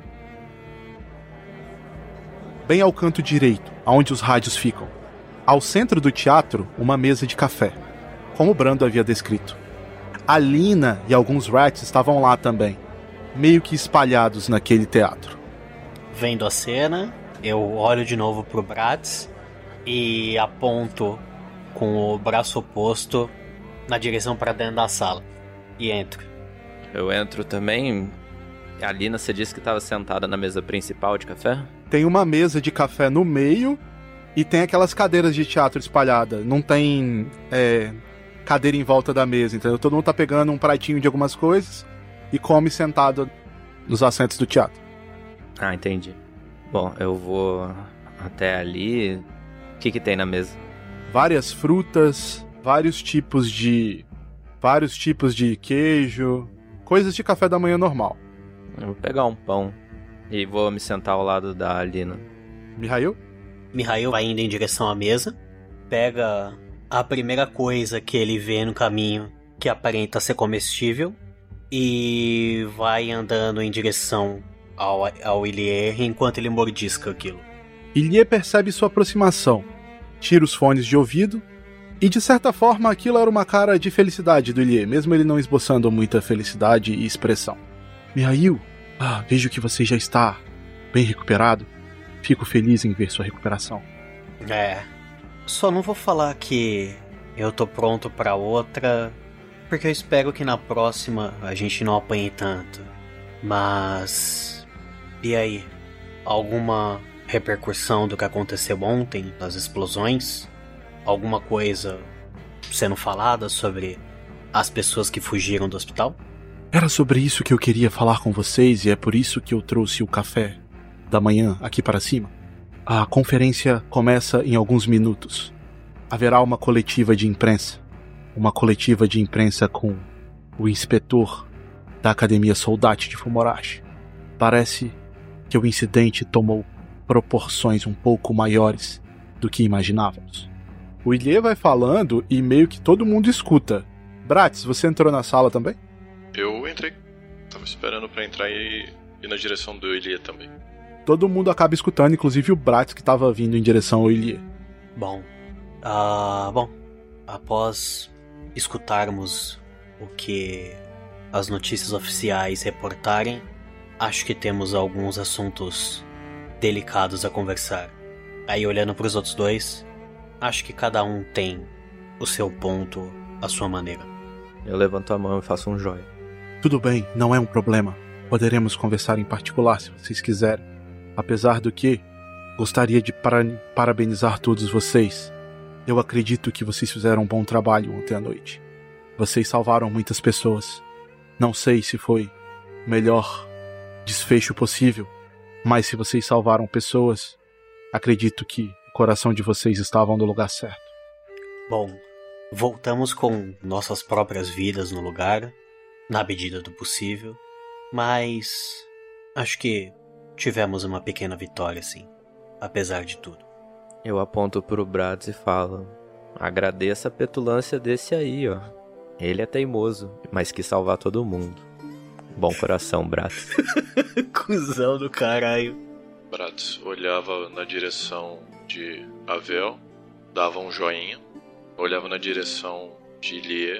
Bem ao canto direito, onde os rádios ficam. Ao centro do teatro, uma mesa de café, como o Brando havia descrito. A Lina e alguns rats estavam lá também, meio que espalhados naquele teatro. Vendo a cena, eu olho de novo pro Brads e aponto com o braço oposto na direção para dentro da sala. E entro. Eu entro também. A Lina, você disse que estava sentada na mesa principal de café? Tem uma mesa de café no meio e tem aquelas cadeiras de teatro espalhadas. Não tem é, cadeira em volta da mesa, entendeu? Todo mundo tá pegando um pratinho de algumas coisas e come sentado nos assentos do teatro. Ah, entendi. Bom, eu vou até ali. O que que tem na mesa? Várias frutas, vários tipos de... vários tipos de queijo, coisas de café da manhã normal. Eu vou pegar um pão e vou me sentar ao lado da Lina. Mihail? Mihail vai indo em direção à mesa, pega a primeira coisa que ele vê no caminho que aparenta ser comestível e vai andando em direção ao, ao Ilie enquanto ele mordisca aquilo. Ilie percebe sua aproximação, tira os fones de ouvido, e de certa forma aquilo era uma cara de felicidade do Ilie, mesmo ele não esboçando muita felicidade e expressão. Mihail, ah, vejo que você já está bem recuperado. Fico feliz em ver sua recuperação. É, só não vou falar que eu tô pronto pra outra, porque eu espero que na próxima a gente não apanhe tanto. Mas... e aí? Alguma repercussão do que aconteceu ontem, das explosões? Alguma coisa sendo falada sobre as pessoas que fugiram do hospital? Era sobre isso que eu queria falar com vocês e é por isso que eu trouxe o café da manhã aqui para cima. A conferência começa em alguns minutos. Haverá uma coletiva de imprensa. Uma coletiva de imprensa com o inspetor da Academia Soldati de Fumorashi. Parece que o incidente tomou proporções um pouco maiores do que imaginávamos. O Ilie vai falando e meio que todo mundo escuta. Bratz, você entrou na sala também? Eu entrei. Tava esperando pra entrar e ir na direção do Ilie também. Todo mundo acaba escutando, inclusive o Bratz que tava vindo em direção ao Ilie. Bom, uh, bom, após escutarmos o que as notícias oficiais reportarem, acho que temos alguns assuntos delicados a conversar. Aí olhando pros outros dois, acho que cada um tem o seu ponto, a sua maneira. Eu levanto a mão e faço um joia. Tudo bem, não é um problema. Poderemos conversar em particular se vocês quiserem. Apesar do que, gostaria de para- parabenizar todos vocês. Eu acredito que vocês fizeram um bom trabalho ontem à noite. Vocês salvaram muitas pessoas. Não sei se foi o melhor desfecho possível, mas se vocês salvaram pessoas, acredito que o coração de vocês estava no lugar certo. Bom, voltamos com nossas próprias vidas no lugar, na medida do possível, mas acho que tivemos uma pequena vitória, sim, apesar de tudo. Eu aponto pro Bratz e falo: agradeça a petulância desse aí, ó. Ele é teimoso, mas quis salvar todo mundo. Bom coração, Bratz. Cusão do caralho. Bratz olhava na direção de Avel, dava um joinha, olhava na direção de Ilie,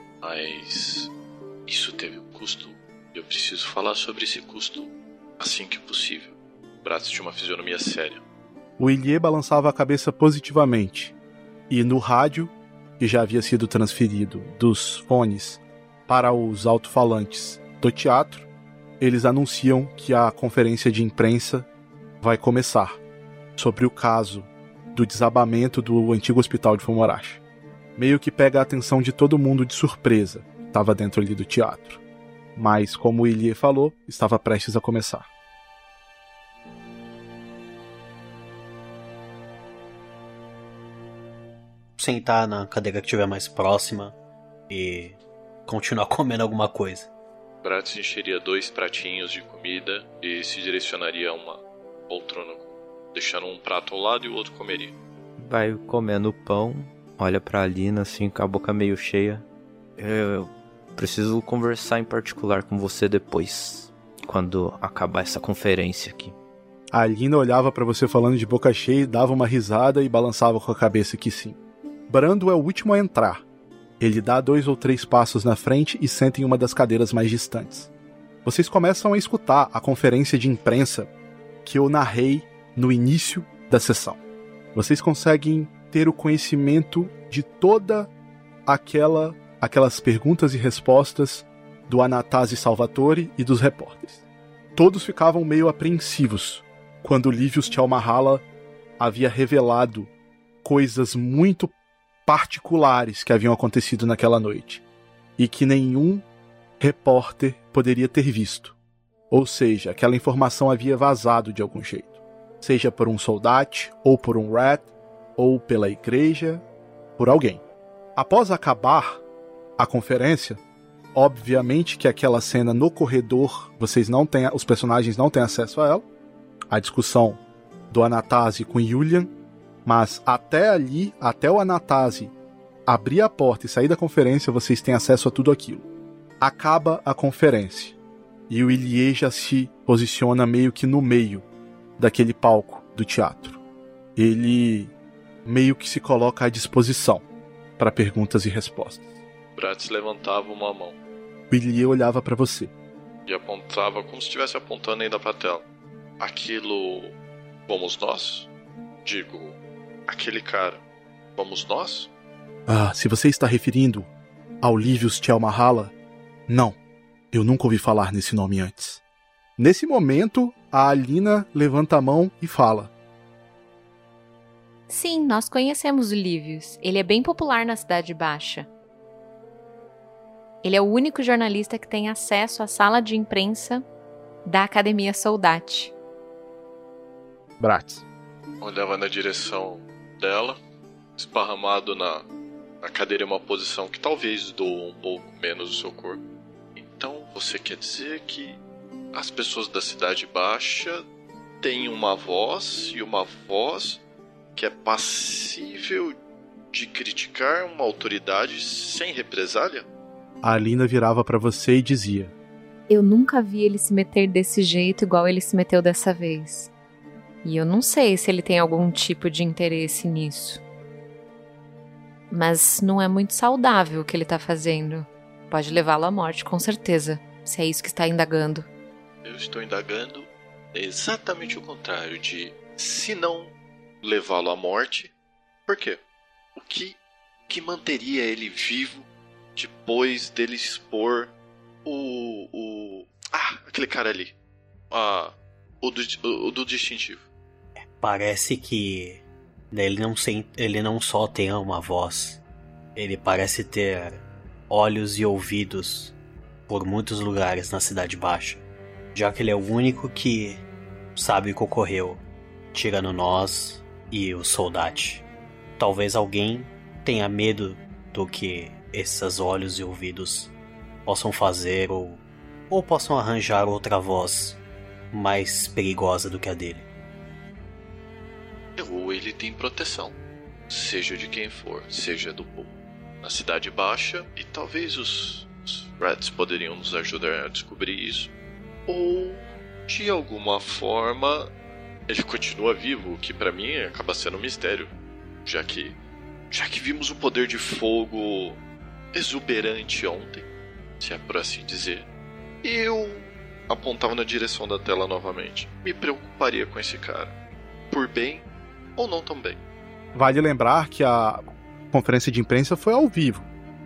mas isso teve um custo. Eu preciso falar sobre esse custo assim que possível. Bratz tinha uma fisionomia séria. O Ilie balançava a cabeça positivamente, e no rádio, que já havia sido transferido dos fones para os alto-falantes do teatro, eles anunciam que a conferência de imprensa vai começar sobre o caso do desabamento do antigo hospital de Fumorashi. Meio que pega a atenção de todo mundo de surpresa, estava dentro ali do teatro. Mas, como o Ilie falou, estava prestes a começar. Sentar na cadeira que estiver mais próxima e continuar comendo alguma coisa. Bratz encheria dois pratinhos de comida e se direcionaria a uma poltrona, deixando um prato ao lado e o outro comeria. Vai comendo pão, olha pra Alina assim com a boca meio cheia. Eu preciso conversar em particular com você depois, quando acabar essa conferência aqui. A Alina olhava pra você falando de boca cheia, dava uma risada e balançava com a cabeça que sim. Brando é o último a entrar. Ele dá dois ou três passos na frente e senta em uma das cadeiras mais distantes. Vocês começam a escutar a conferência de imprensa que eu narrei no início da sessão. Vocês conseguem ter o conhecimento de toda aquela, aquelas perguntas e respostas do Anastasi Salvatore e dos repórteres. Todos ficavam meio apreensivos quando Livius Tchalmahala havia revelado coisas muito particulares que haviam acontecido naquela noite e que nenhum repórter poderia ter visto. Ou seja, aquela informação havia vazado de algum jeito, seja por um soldate, ou por um rat, ou pela igreja, por alguém. Após acabar a conferência, obviamente que aquela cena no corredor, vocês não têm, os personagens não têm acesso a ela, a discussão do Anastasi com Julian, mas até ali, até o Anastasi abrir a porta e sair da conferência, vocês têm acesso a tudo aquilo. Acaba a conferência. E o Ilie já se posiciona meio que no meio daquele palco do teatro. Ele meio que se coloca à disposição para perguntas e respostas. Bratz levantava uma mão. O Ilie olhava para você. E apontava como se estivesse apontando ainda pra tela. Aquilo... Fomos nós? Digo, aquele cara... Fomos nós? Ah, se você está referindo ao Livius Tjelmahala, não. Eu nunca ouvi falar nesse nome antes. Nesse momento, a Alina levanta a mão e fala. Sim, nós conhecemos o Livius. Ele é bem popular na Cidade Baixa. Ele é o único jornalista que tem acesso à sala de imprensa da Academia Soldati. Bratz. Olhava na direção dela, esparramado na, na cadeira em uma posição que talvez doa um pouco menos o seu corpo. Então você quer dizer que as pessoas da Cidade Baixa têm uma voz e uma voz que é passível de criticar uma autoridade sem represália? A Alina virava para você e dizia: Eu nunca vi ele se meter desse jeito igual ele se meteu dessa vez. E eu não sei se ele tem algum tipo de interesse nisso. Mas não é muito saudável o que ele tá fazendo. Pode levá-lo à morte, com certeza, se é isso que está indagando. Eu estou indagando exatamente o contrário de se não levá-lo à morte. Por quê? O que, que manteria ele vivo depois dele expor o... o ah, aquele cara ali. Ah, o do, o, o do distintivo. Parece que ele não, sem, ele não só tem uma voz. Ele parece ter olhos e ouvidos por muitos lugares na Cidade Baixa. Já que ele é o único que sabe o que ocorreu, tirando nós e o Soldati. Talvez alguém tenha medo do que esses olhos e ouvidos possam fazer ou, ou possam arranjar outra voz mais perigosa do que a dele. Ou ele tem proteção, seja de quem for, seja do povo. Na Cidade Baixa, e talvez os, os Rats poderiam nos ajudar a descobrir isso. Ou, de alguma forma, ele continua vivo, o que pra mim acaba sendo um mistério. Já que, já que vimos o poder de fogo exuberante ontem, se é por assim dizer. Eu apontava na direção da tela novamente. Me preocuparia com esse cara. Por bem ou não tão bem. Vale lembrar que a conferência de imprensa foi ao vivo.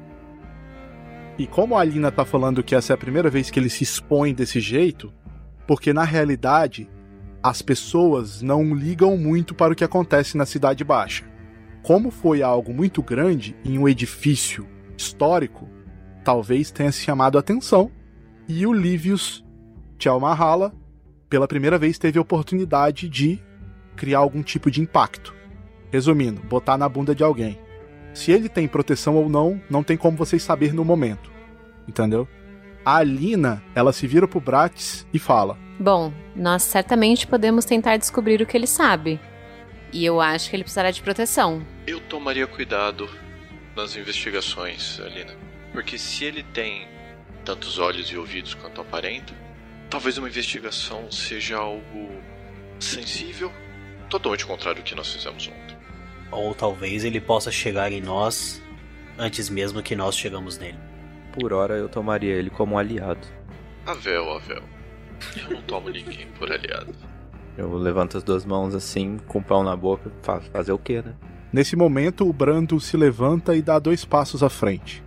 E como a Alina tá falando que essa é a primeira vez que ele se expõe desse jeito, porque na realidade as pessoas não ligam muito para o que acontece na Cidade Baixa. Como foi algo muito grande em um edifício histórico, talvez tenha se chamado a atenção, e o Livius Tjelmahala pela primeira vez teve a oportunidade de criar algum tipo de impacto. Resumindo, botar na bunda de alguém. Se ele tem proteção ou não, não tem como vocês saber no momento. Entendeu? A Alina, ela se vira pro Bratz e fala: Bom, nós certamente podemos tentar descobrir o que ele sabe. E eu acho que ele precisará de proteção. Eu tomaria cuidado nas investigações, Alina. Porque se ele tem tantos olhos e ouvidos quanto aparenta, talvez uma investigação seja algo sensível, totalmente contrário do que nós fizemos ontem. Ou talvez ele possa chegar em nós antes mesmo que nós chegamos nele. Por hora eu tomaria ele como aliado. Avel, Avel. Eu não tomo ninguém por aliado. Eu levanto as duas mãos assim, com o pão na boca, fa- fazer o quê, né? Nesse momento, o Brando se levanta e dá dois passos à frente.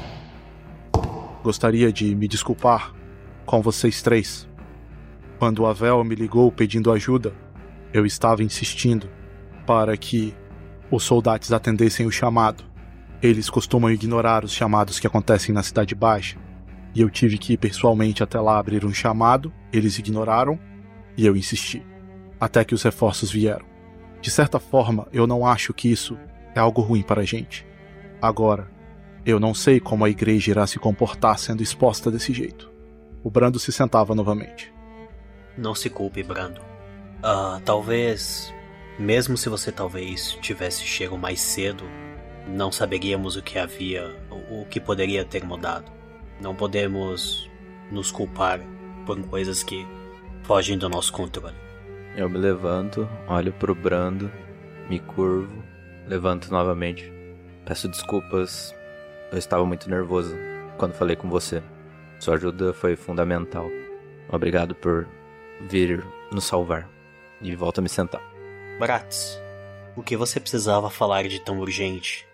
Gostaria de me desculpar com vocês três. Quando o Avel me ligou pedindo ajuda, eu estava insistindo para que os soldados atendessem o chamado. Eles costumam ignorar os chamados que acontecem na Cidade Baixa, e eu tive que ir pessoalmente até lá abrir um chamado, eles ignoraram, e eu insisti, até que os reforços vieram. De certa forma, eu não acho que isso é algo ruim para a gente. Agora, eu não sei como a igreja irá se comportar sendo exposta desse jeito. O Brando se sentava novamente. Não se culpe, Brando. Ah, talvez, mesmo se você talvez tivesse chego mais cedo, não saberíamos o que havia, o que poderia ter mudado. Não podemos nos culpar por coisas que fogem do nosso controle. Eu me levanto, olho pro Brando, me curvo, levanto novamente. Peço desculpas, eu estava muito nervoso quando falei com você. Sua ajuda foi fundamental. Obrigado por vir nos salvar. E volto a me sentar. Bratz, o que você precisava falar de tão urgente?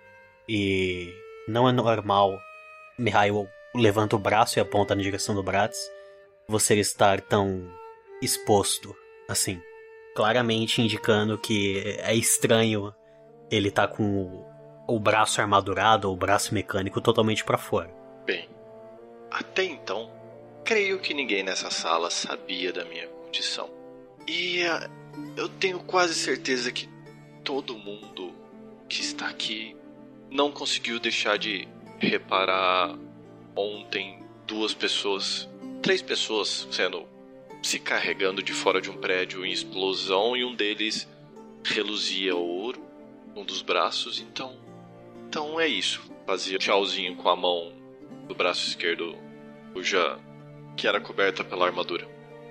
E não é normal, Mihail levanta o braço e aponta na direção do Bratz, você estar tão exposto assim. Claramente indicando que é estranho ele tá com o, o braço armadurado ou o braço mecânico totalmente pra fora. Bem, até então, creio que ninguém nessa sala sabia da minha condição. E uh, eu tenho quase certeza que todo mundo que está aqui não conseguiu deixar de reparar ontem duas pessoas, três pessoas sendo se carregando de fora de um prédio em explosão e um deles reluzia ouro num dos braços. Então, então é isso. Fazia tchauzinho com a mão do braço esquerdo, cuja que era coberta pela armadura.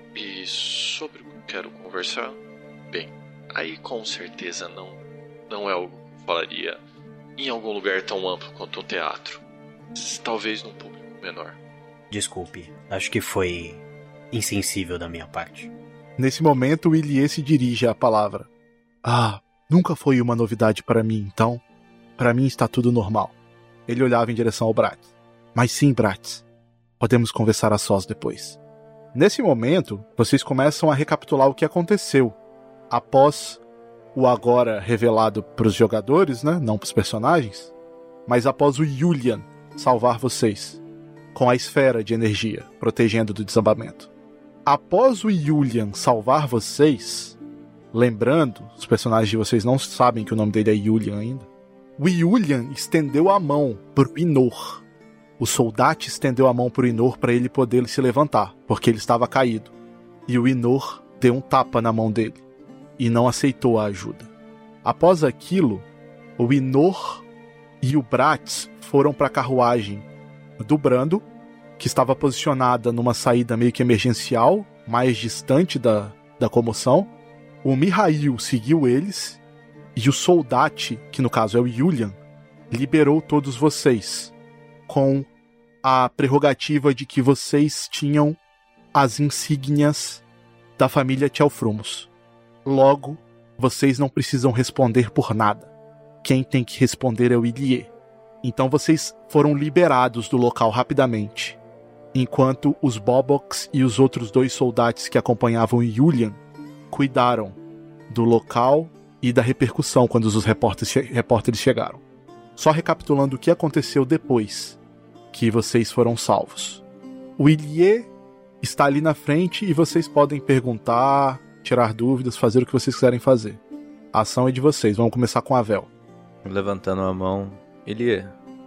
E sobre o que eu quero conversar, bem, aí com certeza não, não é algo que eu falaria em algum lugar tão amplo quanto um teatro. Talvez num público menor. Desculpe, acho que foi insensível da minha parte. Nesse momento, o Ilie se dirige à palavra. Ah, nunca foi uma novidade para mim, então. Para mim está tudo normal. Ele olhava em direção ao Bratz. Mas sim, Bratz. Podemos conversar a sós depois. Nesse momento, vocês começam a recapitular o que aconteceu. Após o agora revelado para os jogadores, né? Não para os personagens. Mas após o Julian salvar vocês. Com a esfera de energia, protegendo do desabamento. Após o Julian salvar vocês, lembrando, os personagens de vocês não sabem que o nome dele é Julian ainda, o Julian estendeu a mão pro Inor. O soldado estendeu a mão pro Inor para ele poder se levantar, porque ele estava caído. E o Inor deu um tapa na mão dele e não aceitou a ajuda. Após aquilo, o Inor e o Bratz foram para a carruagem do Brando, que estava posicionada numa saída meio que emergencial, mais distante da, da comoção. O Mihail seguiu eles, e o soldado, que no caso é o Julian, liberou todos vocês, com a prerrogativa de que vocês tinham as insígnias da família Tchelfrumos. Logo, vocês não precisam responder por nada. Quem tem que responder é o Ilie. Então vocês foram liberados do local rapidamente, enquanto os Boboks e os outros dois soldados que acompanhavam Julian cuidaram do local e da repercussão quando os repórteres, repórteres chegaram. Só recapitulando o que aconteceu depois que vocês foram salvos. O Ilie está ali na frente e vocês podem perguntar, tirar dúvidas, fazer o que vocês quiserem fazer. A ação é de vocês. Vamos começar com a Vel. Levantando a mão, Ilie,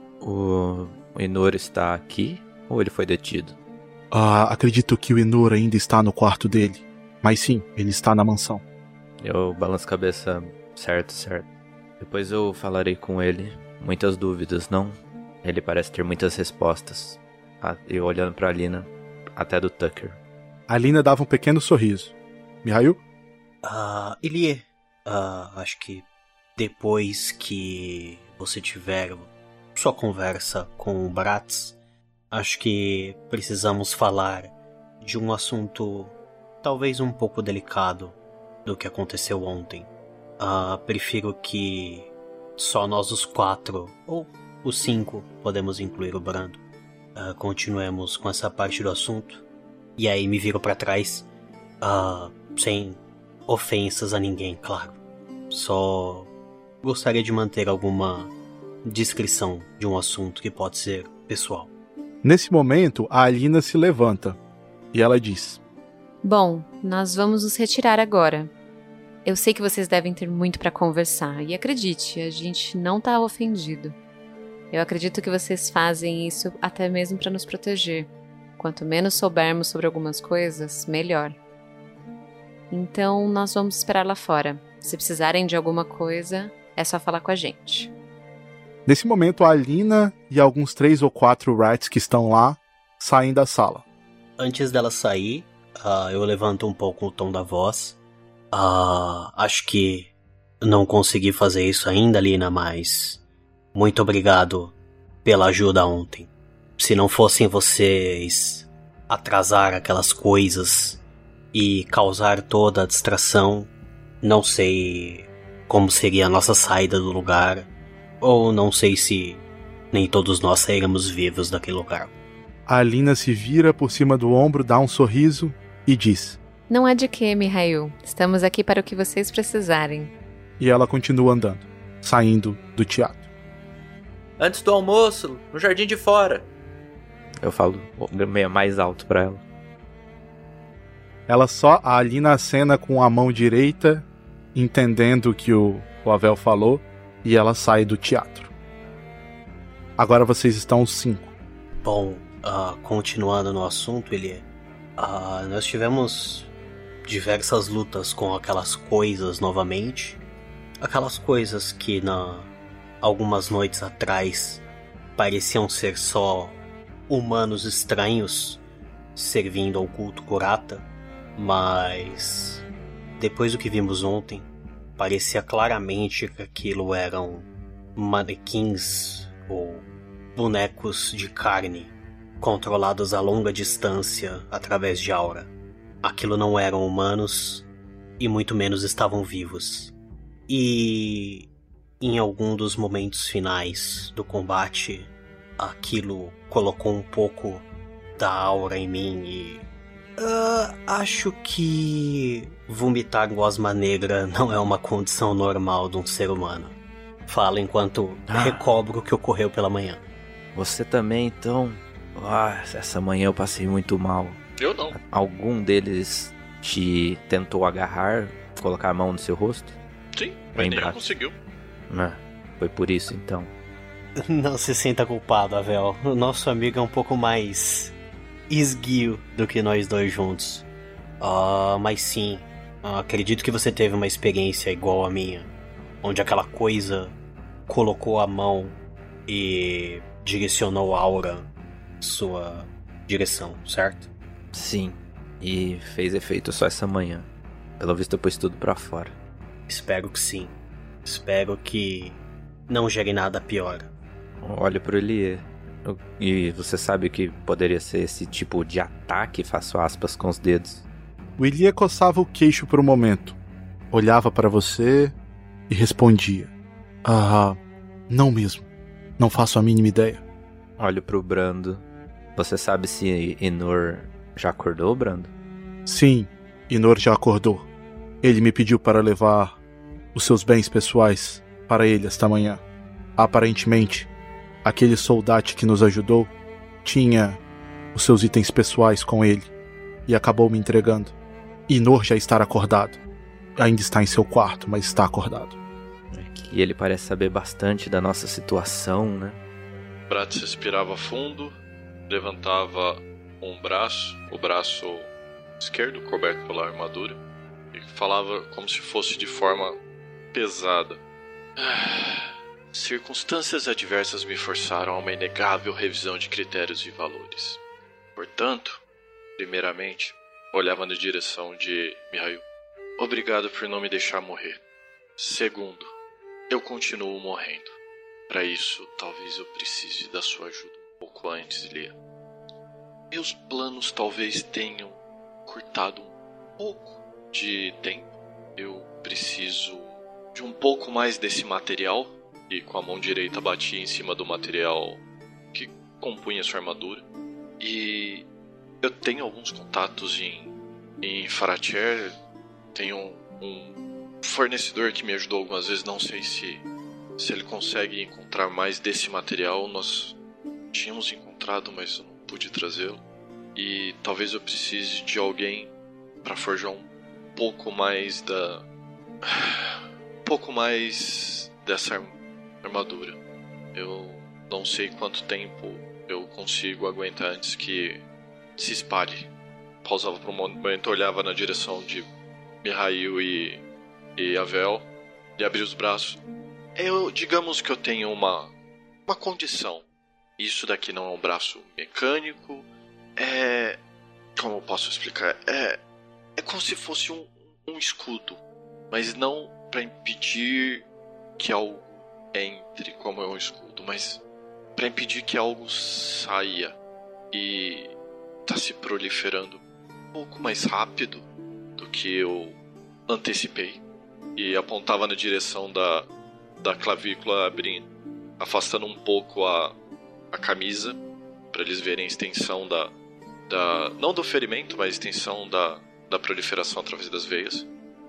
o, o Inor está aqui ou ele foi detido? Ah, acredito que o Inor ainda está no quarto dele. Mas sim, ele está na mansão. Eu balanço a cabeça, certo, certo. Depois eu falarei com ele. Muitas dúvidas, não? Ele parece ter muitas respostas. Eu olhando pra Alina, até do Tucker. A Alina dava um pequeno sorriso. Mihail? Ah, uh, Ilie, uh, acho que depois que você tiver sua conversa com o Bratz, acho que precisamos falar de um assunto talvez um pouco delicado do que aconteceu ontem. Uh, prefiro que só nós os quatro, ou os cinco, podemos incluir o Brando, uh, continuemos com essa parte do assunto. E aí me viro pra trás, uh, sem ofensas a ninguém, claro. Só gostaria de manter alguma descrição de um assunto que pode ser pessoal. Nesse momento, a Alina se levanta e ela diz: Bom, nós vamos nos retirar agora. Eu sei que vocês devem ter muito para conversar, e acredite, a gente não tá ofendido. Eu acredito que vocês fazem isso até mesmo para nos proteger. Quanto menos soubermos sobre algumas coisas, melhor. Então, nós vamos esperar lá fora. Se precisarem de alguma coisa, é só falar com a gente. Nesse momento, a Alina e alguns três ou quatro rats que estão lá saem da sala. Antes dela sair, uh, eu levanto um pouco o tom da voz. Uh, acho que não consegui fazer isso ainda, Lina, mas muito obrigado pela ajuda ontem. Se não fossem vocês atrasar aquelas coisas e causar toda a distração, não sei como seria a nossa saída do lugar, ou não sei se nem todos nós sairemos vivos daquele lugar. A Alina se vira por cima do ombro, dá um sorriso e diz: Não é de quê, Mihail. Estamos aqui para o que vocês precisarem. E ela continua andando, saindo do teatro. Antes do almoço, no jardim de fora. Eu falo meio mais alto pra ela. Ela só, a Alina acena com a mão direita, entendendo o que o, o Avel falou, e ela sai do teatro. Agora vocês estão os cinco. Bom, uh, continuando no assunto, ele, uh, nós tivemos diversas lutas com aquelas coisas novamente. Aquelas coisas que na algumas noites atrás pareciam ser só humanos estranhos servindo ao culto Kurata, mas depois do que vimos ontem, parecia claramente que aquilo eram manequins ou bonecos de carne controlados a longa distância através de aura. Aquilo não eram humanos e muito menos estavam vivos. E em algum dos momentos finais do combate, aquilo colocou um pouco da aura em mim e... Uh, acho que vomitar gosma negra não é uma condição normal de um ser humano. Falo enquanto ah. recobro o que ocorreu pela manhã. Você também, então? Ah, essa manhã eu passei muito mal. Eu não. Algum deles te tentou agarrar, colocar a mão no seu rosto? Sim, mas nenhum conseguiu. Ah, foi por isso, então. Não se sinta culpado, Avel. O nosso amigo é um pouco mais esguio do que nós dois juntos. Uh, mas sim, uh, acredito que você teve uma experiência igual a minha, onde aquela coisa colocou a mão e direcionou a aura sua direção, certo? Sim, e fez efeito só essa manhã. Pelo visto eu pus tudo pra fora. Espero que sim. Espero que não gere nada pior. Olha pro Elie. E você sabe o que poderia ser esse tipo de ataque, faço aspas com os dedos? O Elie coçava o queixo por um momento, olhava para você e respondia: Ah, não mesmo. Não faço a mínima ideia. Olho pro Brando. Você sabe se Inor já acordou, Brando? Sim, Inor já acordou. Ele me pediu para levar os seus bens pessoais para ele esta manhã. Aparentemente, aquele soldado que nos ajudou tinha os seus itens pessoais com ele e acabou me entregando. Inor já está acordado. Ainda está em seu quarto, mas está acordado. E ele parece saber bastante da nossa situação, né? Bratz respirava fundo, levantava um braço, o braço esquerdo coberto pela armadura, e falava como se fosse de forma pesada. Circunstâncias adversas me forçaram a uma inegável revisão de critérios e valores. Portanto, primeiramente, olhava na direção de Mihail. Obrigado por não me deixar morrer. Segundo, eu continuo morrendo. Para isso, talvez eu precise da sua ajuda um pouco antes, Lia. Meus planos talvez tenham curtado um pouco de tempo. Eu preciso de um pouco mais desse material. E com a mão direita bati em cima do material que compunha sua armadura. E eu tenho alguns contatos em, em Faracher. Tenho um, um fornecedor que me ajudou algumas vezes. Não sei se, se ele consegue encontrar mais desse material. Nós tínhamos encontrado, mas eu não pude trazê-lo. E talvez eu precise de alguém para forjar um pouco mais da... Um pouco mais dessa armadura. Eu não sei quanto tempo eu consigo aguentar antes que se espalhe. Pausava por um momento, olhava na direção de Mihail e, e Avel e abria os braços. Eu, digamos que eu tenho uma, uma condição. Isso daqui não é um braço mecânico. É, Como eu posso explicar? É, é como se fosse um, um escudo, mas não para impedir que algo entre como é um escudo, mas para impedir que algo saia e tá se proliferando um pouco mais rápido do que eu antecipei. E apontava na direção da, da clavícula abrindo, afastando um pouco a, a camisa para eles verem a extensão da, da... não do ferimento, mas a extensão da, da proliferação através das veias.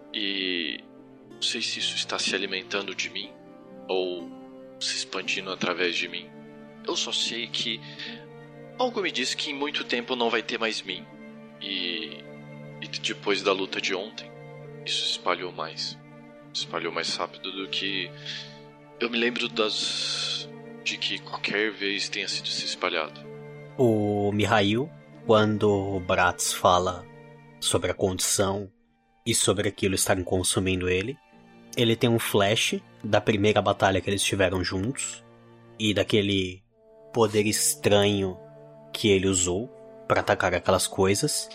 E não sei se isso está se alimentando de mim ou se expandindo através de mim. Eu só sei que algo me diz que em muito tempo não vai ter mais mim. E, e depois da luta de ontem, isso se espalhou mais. Se espalhou mais rápido do que eu me lembro das de que qualquer vez tenha sido se espalhado. O Mihail, quando o Bratz fala sobre a condição e sobre aquilo estarem consumindo ele, ele tem um flash da primeira batalha que eles tiveram juntos e daquele poder estranho que ele usou para atacar aquelas coisas.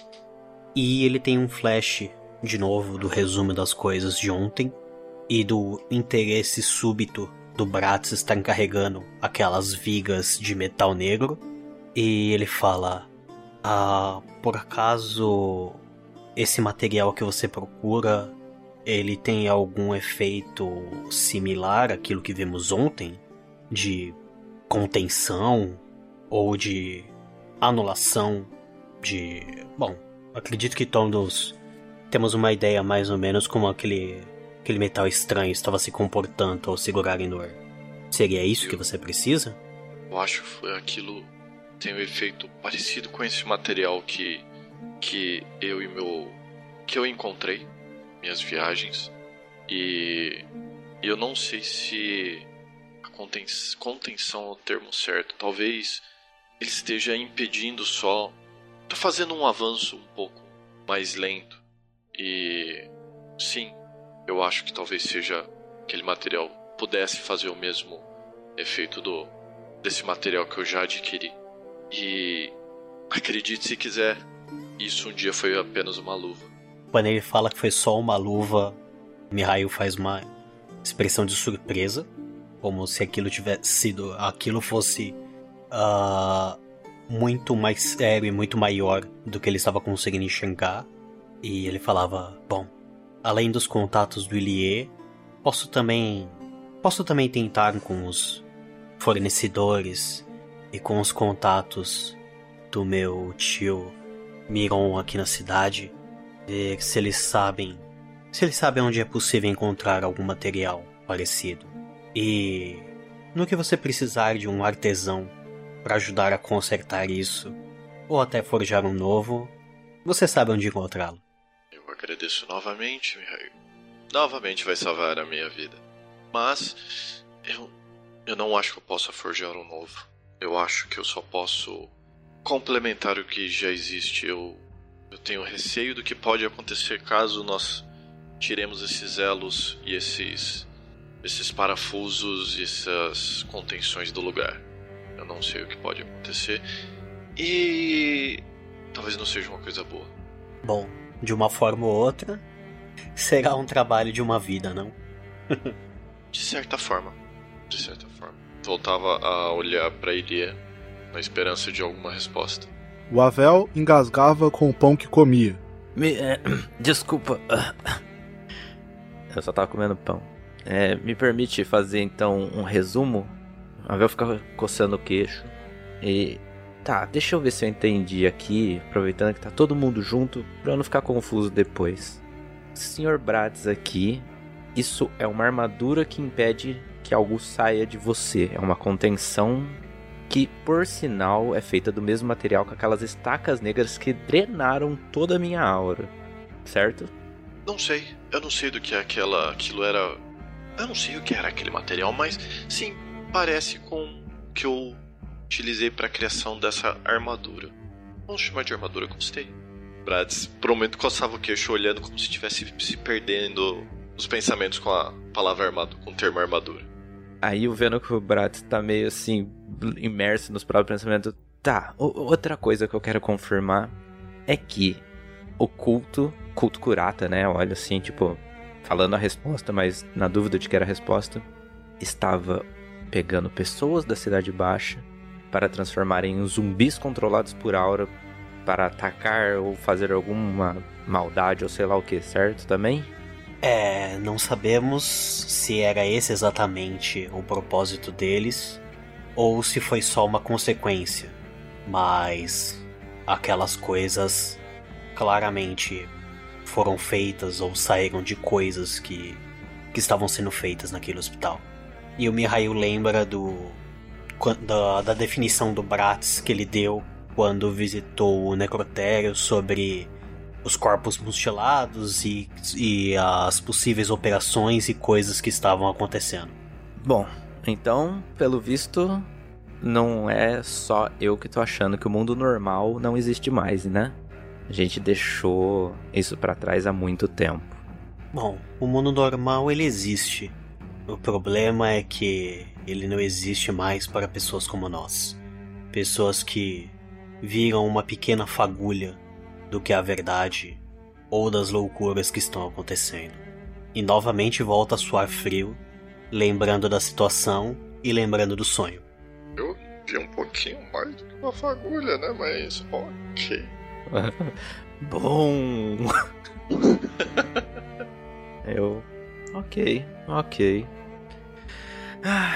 E ele tem um flash, de novo, do resumo das coisas de ontem e do interesse súbito do Bratz estar carregando aquelas vigas de metal negro. E ele fala: ah, por acaso esse material que você procura, ele tem algum efeito similar àquilo que vimos ontem? De contenção ou de anulação de... Bom, acredito que todos temos uma ideia mais ou menos como aquele, aquele metal estranho estava se comportando ao segurar Endor. Seria isso eu, que você precisa? Eu acho que foi aquilo... tem um efeito parecido com esse material que, que eu e meu... que eu encontrei minhas viagens. E eu não sei se a conten, contenção é o termo certo. Talvez ele esteja impedindo só... tá fazendo um avanço um pouco mais lento. E sim, eu acho que talvez seja aquele material pudesse fazer o mesmo efeito do desse material que eu já adquiri. E acredite se quiser, isso um dia foi apenas uma luva. Quando ele fala que foi só uma luva, Mihail faz uma expressão de surpresa, como se aquilo tivesse sido, aquilo fosse uh, muito mais sério e muito maior do que ele estava conseguindo enxergar. E ele falava: bom, além dos contatos do Ilie, posso também posso também tentar com os fornecedores e com os contatos do meu tio Miron aqui na cidade, ver se eles sabem se eles sabem onde é possível encontrar algum material parecido. E no que você precisar de um artesão para ajudar a consertar isso, ou até forjar um novo, você sabe onde encontrá-lo. Eu agradeço novamente, Mihail. Novamente vai salvar a minha vida. Mas eu, eu não acho que eu possa forjar um novo. Eu acho que eu só posso complementar o que já existe. Eu, eu tenho receio do que pode acontecer caso nós tiremos esses elos e esses, esses parafusos e essas contenções do lugar. Eu não sei o que pode acontecer e talvez não seja uma coisa boa. Bom, de uma forma ou outra, será um trabalho de uma vida, não? De certa forma, de certa forma. Voltava a olhar para Ilie na esperança de alguma resposta. O Avel engasgava com o pão que comia. Me, é, desculpa. Eu só tava comendo pão. É, me permite fazer então um resumo? O Avel fica coçando o queixo. E... tá, deixa eu ver se eu entendi aqui, aproveitando que tá todo mundo junto, pra eu não ficar confuso depois. senhor Bratz aqui, isso é uma armadura que impede que algo saia de você. É uma contenção que, por sinal, é feita do mesmo material que aquelas estacas negras que drenaram toda a minha aura. Certo? Não sei. Eu não sei do que aquela... aquilo era... Eu não sei o que era aquele material, mas sim, parece com o que eu utilizei para a criação dessa armadura. Vamos chamar de armadura, gostei. Bratz, por um momento, coçava o queixo olhando como se estivesse se perdendo nos pensamentos com a palavra armadura, com o termo armadura. Aí eu vendo que o Bratz tá meio assim, imerso nos próprios pensamentos. Tá, o- outra coisa que eu quero confirmar é que o culto, culto Kurata, né? Olha assim, tipo, falando a resposta, mas na dúvida de que era a resposta, estava pegando pessoas da Cidade Baixa para transformarem em zumbis controlados por aura para atacar ou fazer alguma maldade ou sei lá o que, certo também? É, não sabemos se era esse exatamente o propósito deles ou se foi só uma consequência, mas aquelas coisas claramente foram feitas ou saíram de coisas que, que estavam sendo feitas naquele hospital. E o Mihail lembra do, da, da definição do Bratz que ele deu quando visitou o necrotério sobre os corpos mutilados e, e as possíveis operações e coisas que estavam acontecendo. Bom, então, pelo visto, não é só eu que tô achando que o mundo normal não existe mais, né? A gente deixou isso pra trás há muito tempo. Bom, o mundo normal ele existe. O problema é que ele não existe mais para pessoas como nós. Pessoas que viram uma pequena fagulha do que é a verdade ou das loucuras que estão acontecendo. E novamente volta a suar frio, lembrando da situação e lembrando do sonho. Eu vi um pouquinho mais do que uma fagulha, né? Mas ok. Bom. Eu... Ok, ok. Ah,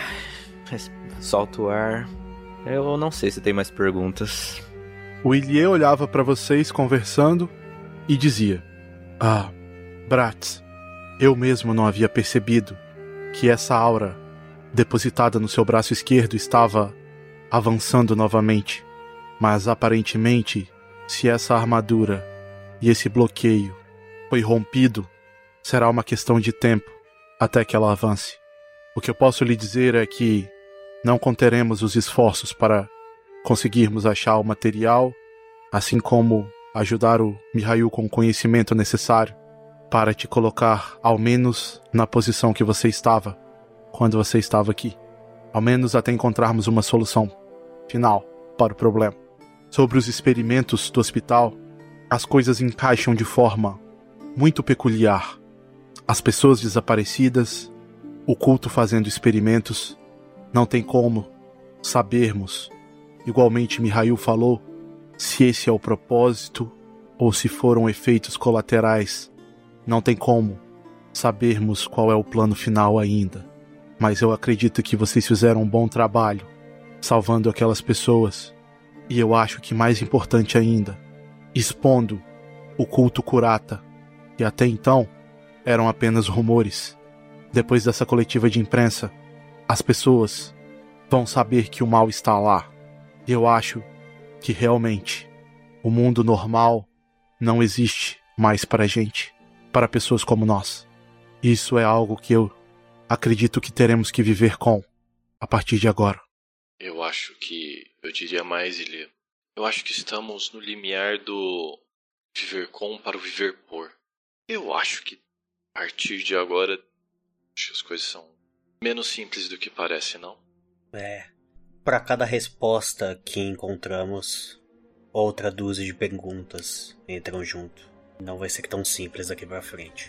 solta o ar. Eu não sei se tem mais perguntas. O Ilie olhava pra vocês conversando e dizia: Ah, Bratz, eu mesmo não havia percebido que essa aura depositada no seu braço esquerdo estava avançando novamente. Mas aparentemente, se essa armadura e esse bloqueio foi rompido, será uma questão de tempo até que ela avance. O que eu posso lhe dizer é que não conteremos os esforços para conseguirmos achar o material, assim como ajudar o Mihail com o conhecimento necessário para te colocar ao menos na posição que você estava quando você estava aqui. Ao menos até encontrarmos uma solução final para o problema. Sobre os experimentos do hospital, as coisas encaixam de forma muito peculiar. As pessoas desaparecidas, o culto fazendo experimentos, não tem como sabermos, igualmente Mihail falou, se esse é o propósito ou se foram efeitos colaterais. Não tem como sabermos qual é o plano final ainda. Mas eu acredito que vocês fizeram um bom trabalho, salvando aquelas pessoas. E eu acho que mais importante ainda, expondo o culto Kurata, que até então eram apenas rumores. Depois dessa coletiva de imprensa, as pessoas vão saber que o mal está lá. E eu acho que realmente o mundo normal não existe mais para a gente, para pessoas como nós. Isso é algo que eu acredito que teremos que viver com a partir de agora. Eu acho que, eu diria mais, Ilie, eu acho que estamos no limiar do viver com para o viver por. Eu acho que a partir de agora as coisas são menos simples do que parece, não? É. Para cada resposta que encontramos, outra dúzia de perguntas entram junto. Não vai ser tão simples daqui pra frente.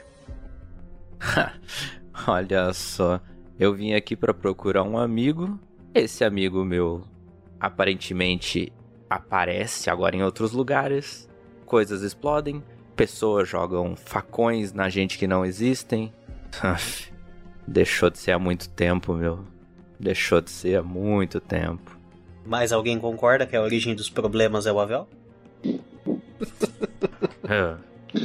Olha só, eu vim aqui para procurar um amigo. Esse amigo meu aparentemente aparece agora em outros lugares. Coisas explodem, pessoas jogam facões na gente que não existem. Deixou de ser há muito tempo, meu. Deixou de ser há muito tempo. Mas alguém concorda que a origem dos problemas é o Avel? É.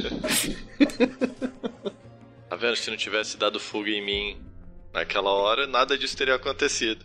Tá vendo? Se não tivesse dado fuga em mim naquela hora, nada disso teria acontecido.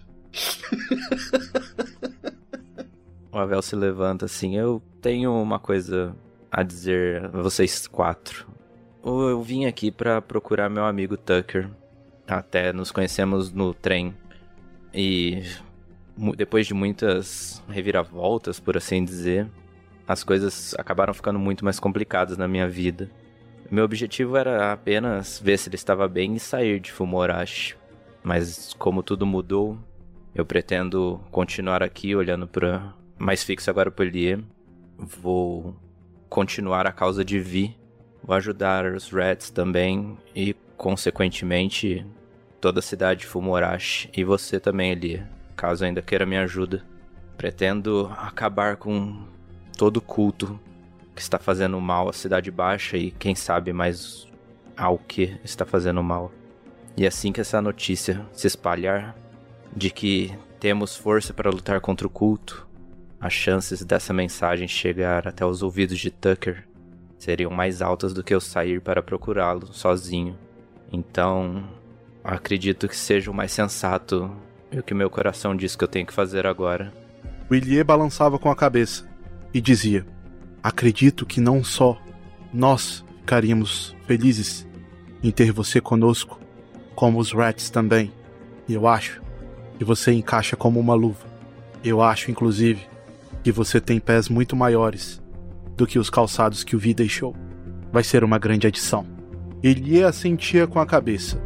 O Avel se levanta assim. Eu tenho uma coisa a dizer a vocês quatro. Eu vim aqui pra procurar meu amigo Tucker. Até nos conhecemos no trem. E depois de muitas reviravoltas, por assim dizer, as coisas acabaram ficando muito mais complicadas na minha vida. Meu objetivo era apenas ver se ele estava bem e sair de Fumorashi. Mas como tudo mudou, eu pretendo continuar aqui olhando para mais fixo agora para o Ilie. Vou continuar a causa de Vi. Vou ajudar os Reds também e, consequentemente, toda a cidade de Fumorashi. E você também, Elia, caso ainda queira minha ajuda. Pretendo acabar com todo o culto que está fazendo mal à Cidade Baixa e, quem sabe, mais ao que está fazendo mal. E assim que essa notícia se espalhar de que temos força para lutar contra o culto, as chances dessa mensagem chegar até os ouvidos de Tucker seriam mais altas do que eu sair para procurá-lo sozinho. Então, acredito que seja o mais sensato e o que meu coração diz que eu tenho que fazer agora. O Ilie balançava com a cabeça e dizia: acredito que não só nós ficaríamos felizes em ter você conosco, como os Rats também. E eu acho que você encaixa como uma luva. Eu acho, inclusive, que você tem pés muito maiores do que os calçados que o Vi deixou. Vai ser uma grande adição. Ele assentia com a cabeça.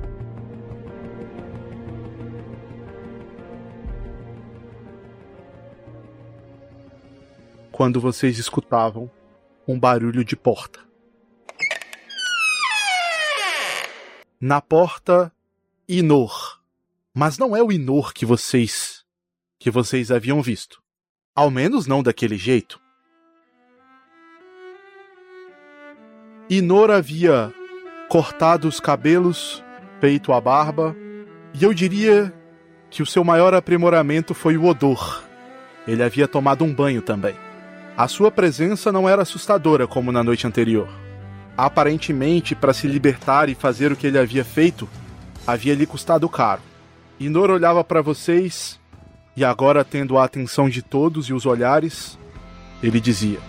Quando vocês escutavam um barulho de porta. Na porta, Inor. Mas não é o Inor que vocês que vocês haviam visto. Ao menos não daquele jeito. Inor havia cortado os cabelos, feito a barba, e eu diria que o seu maior aprimoramento foi o odor. Ele havia tomado um banho também. A sua presença não era assustadora como na noite anterior. Aparentemente, para se libertar e fazer o que ele havia feito, havia lhe custado caro. Inor olhava para vocês, e agora, tendo a atenção de todos e os olhares, ele dizia: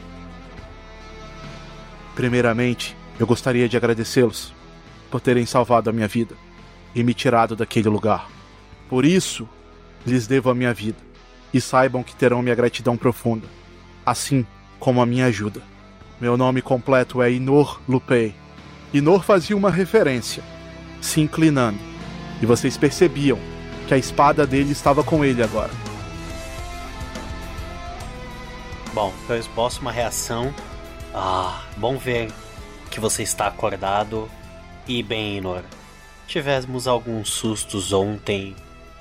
primeiramente, eu gostaria de agradecê-los por terem salvado a minha vida e me tirado daquele lugar. Por isso, lhes devo a minha vida, e saibam que terão minha gratidão profunda, assim como a minha ajuda. Meu nome completo é Inor Lupei. Inor fazia uma referência, se inclinando, e vocês percebiam que a espada dele estava com ele agora. Bom, eu esboço uma reação. Ah, bom ver que você está acordado e bem, Inor. Tivemos alguns sustos ontem,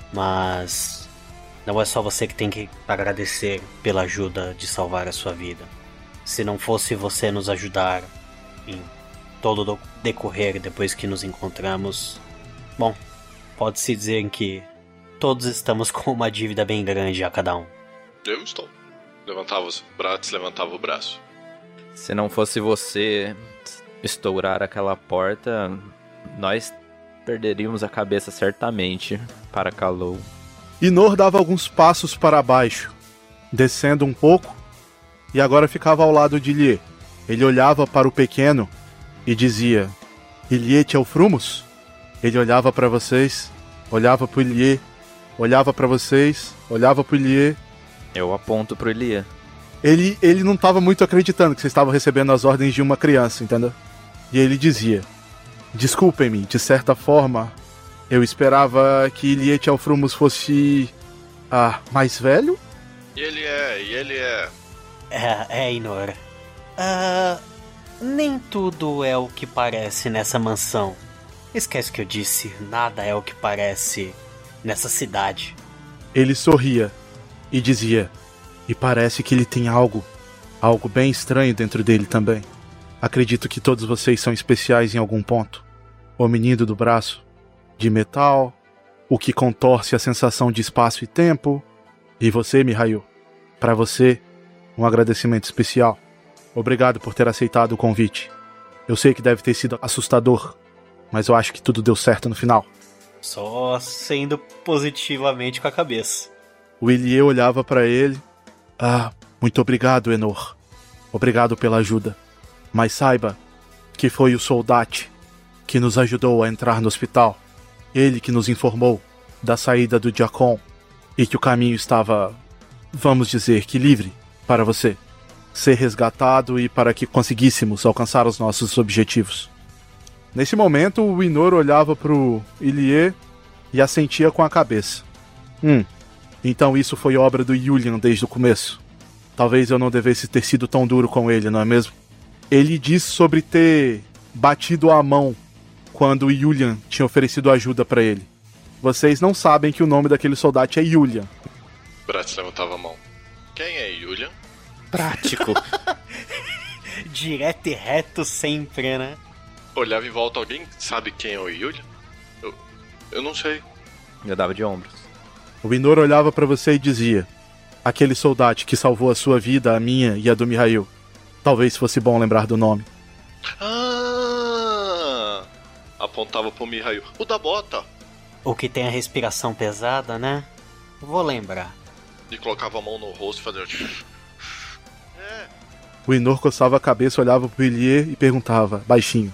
mas não é só você que tem que agradecer pela ajuda de salvar a sua vida. Se não fosse você nos ajudar em todo o decorrer depois que nos encontramos, bom, pode-se dizer que todos estamos com uma dívida bem grande a cada um. Eu estou. Levantava os braços, levantava o braço. Se não fosse você estourar aquela porta, nós perderíamos a cabeça certamente para Kalou. Inor dava alguns passos para baixo, descendo um pouco, e agora ficava ao lado de Ilie. Ele olhava para o pequeno e dizia: Ilie Teofrumos? Ele olhava para vocês, olhava para o Ilie, olhava para vocês, olhava para o Ilie. Eu aponto pro Ilie. Ele, ele não estava muito acreditando que vocês estavam recebendo as ordens de uma criança, entendeu? E ele dizia: desculpem-me, de certa forma, eu esperava que Ilie Teofrumos fosse ah, mais velho? E ele é, e ele é... É, é Inor. Ah, nem tudo é o que parece nessa mansão. Esquece o que eu disse, nada é o que parece nessa cidade. Ele sorria e dizia: e parece que ele tem algo, algo bem estranho dentro dele também. Acredito que todos vocês são especiais em algum ponto. O menino do braço de metal, o que contorce a sensação de espaço e tempo, e você, Mihail. Para você, um agradecimento especial. Obrigado por ter aceitado o convite. Eu sei que deve ter sido assustador, mas eu acho que tudo deu certo no final. Só sendo positivamente com a cabeça. O Ilie olhava para ele. Ah, muito obrigado, Enor. Obrigado pela ajuda. Mas saiba que foi o soldate que nos ajudou a entrar no hospital. Ele que nos informou da saída do Diacon e que o caminho estava, vamos dizer que livre para você ser resgatado e para que conseguíssemos alcançar os nossos objetivos. Nesse momento, o Inor olhava para o Ilie e assentia com a cabeça. Hum, então isso foi obra do Julian desde o começo. Talvez eu não devesse ter sido tão duro com ele, não é mesmo? Ele diz sobre ter batido a mão quando o Julian tinha oferecido ajuda pra ele. Vocês não sabem que o nome daquele soldado é Julian. Bratz levantava a mão. Quem é Julian? Prático. Direto e reto sempre, né? Olhava em volta, alguém sabe quem é o Julian? Eu, eu não sei. Eu dava de ombros. O Inor olhava pra você e dizia: aquele soldado que salvou a sua vida, a minha e a do Mihail. Talvez fosse bom lembrar do nome. Ah! Apontava pro Mihail. O da bota! O que tem a respiração pesada, né? Vou lembrar. E colocava a mão no rosto e fazia... É. O Inor coçava a cabeça, olhava pro Ilie e perguntava, baixinho: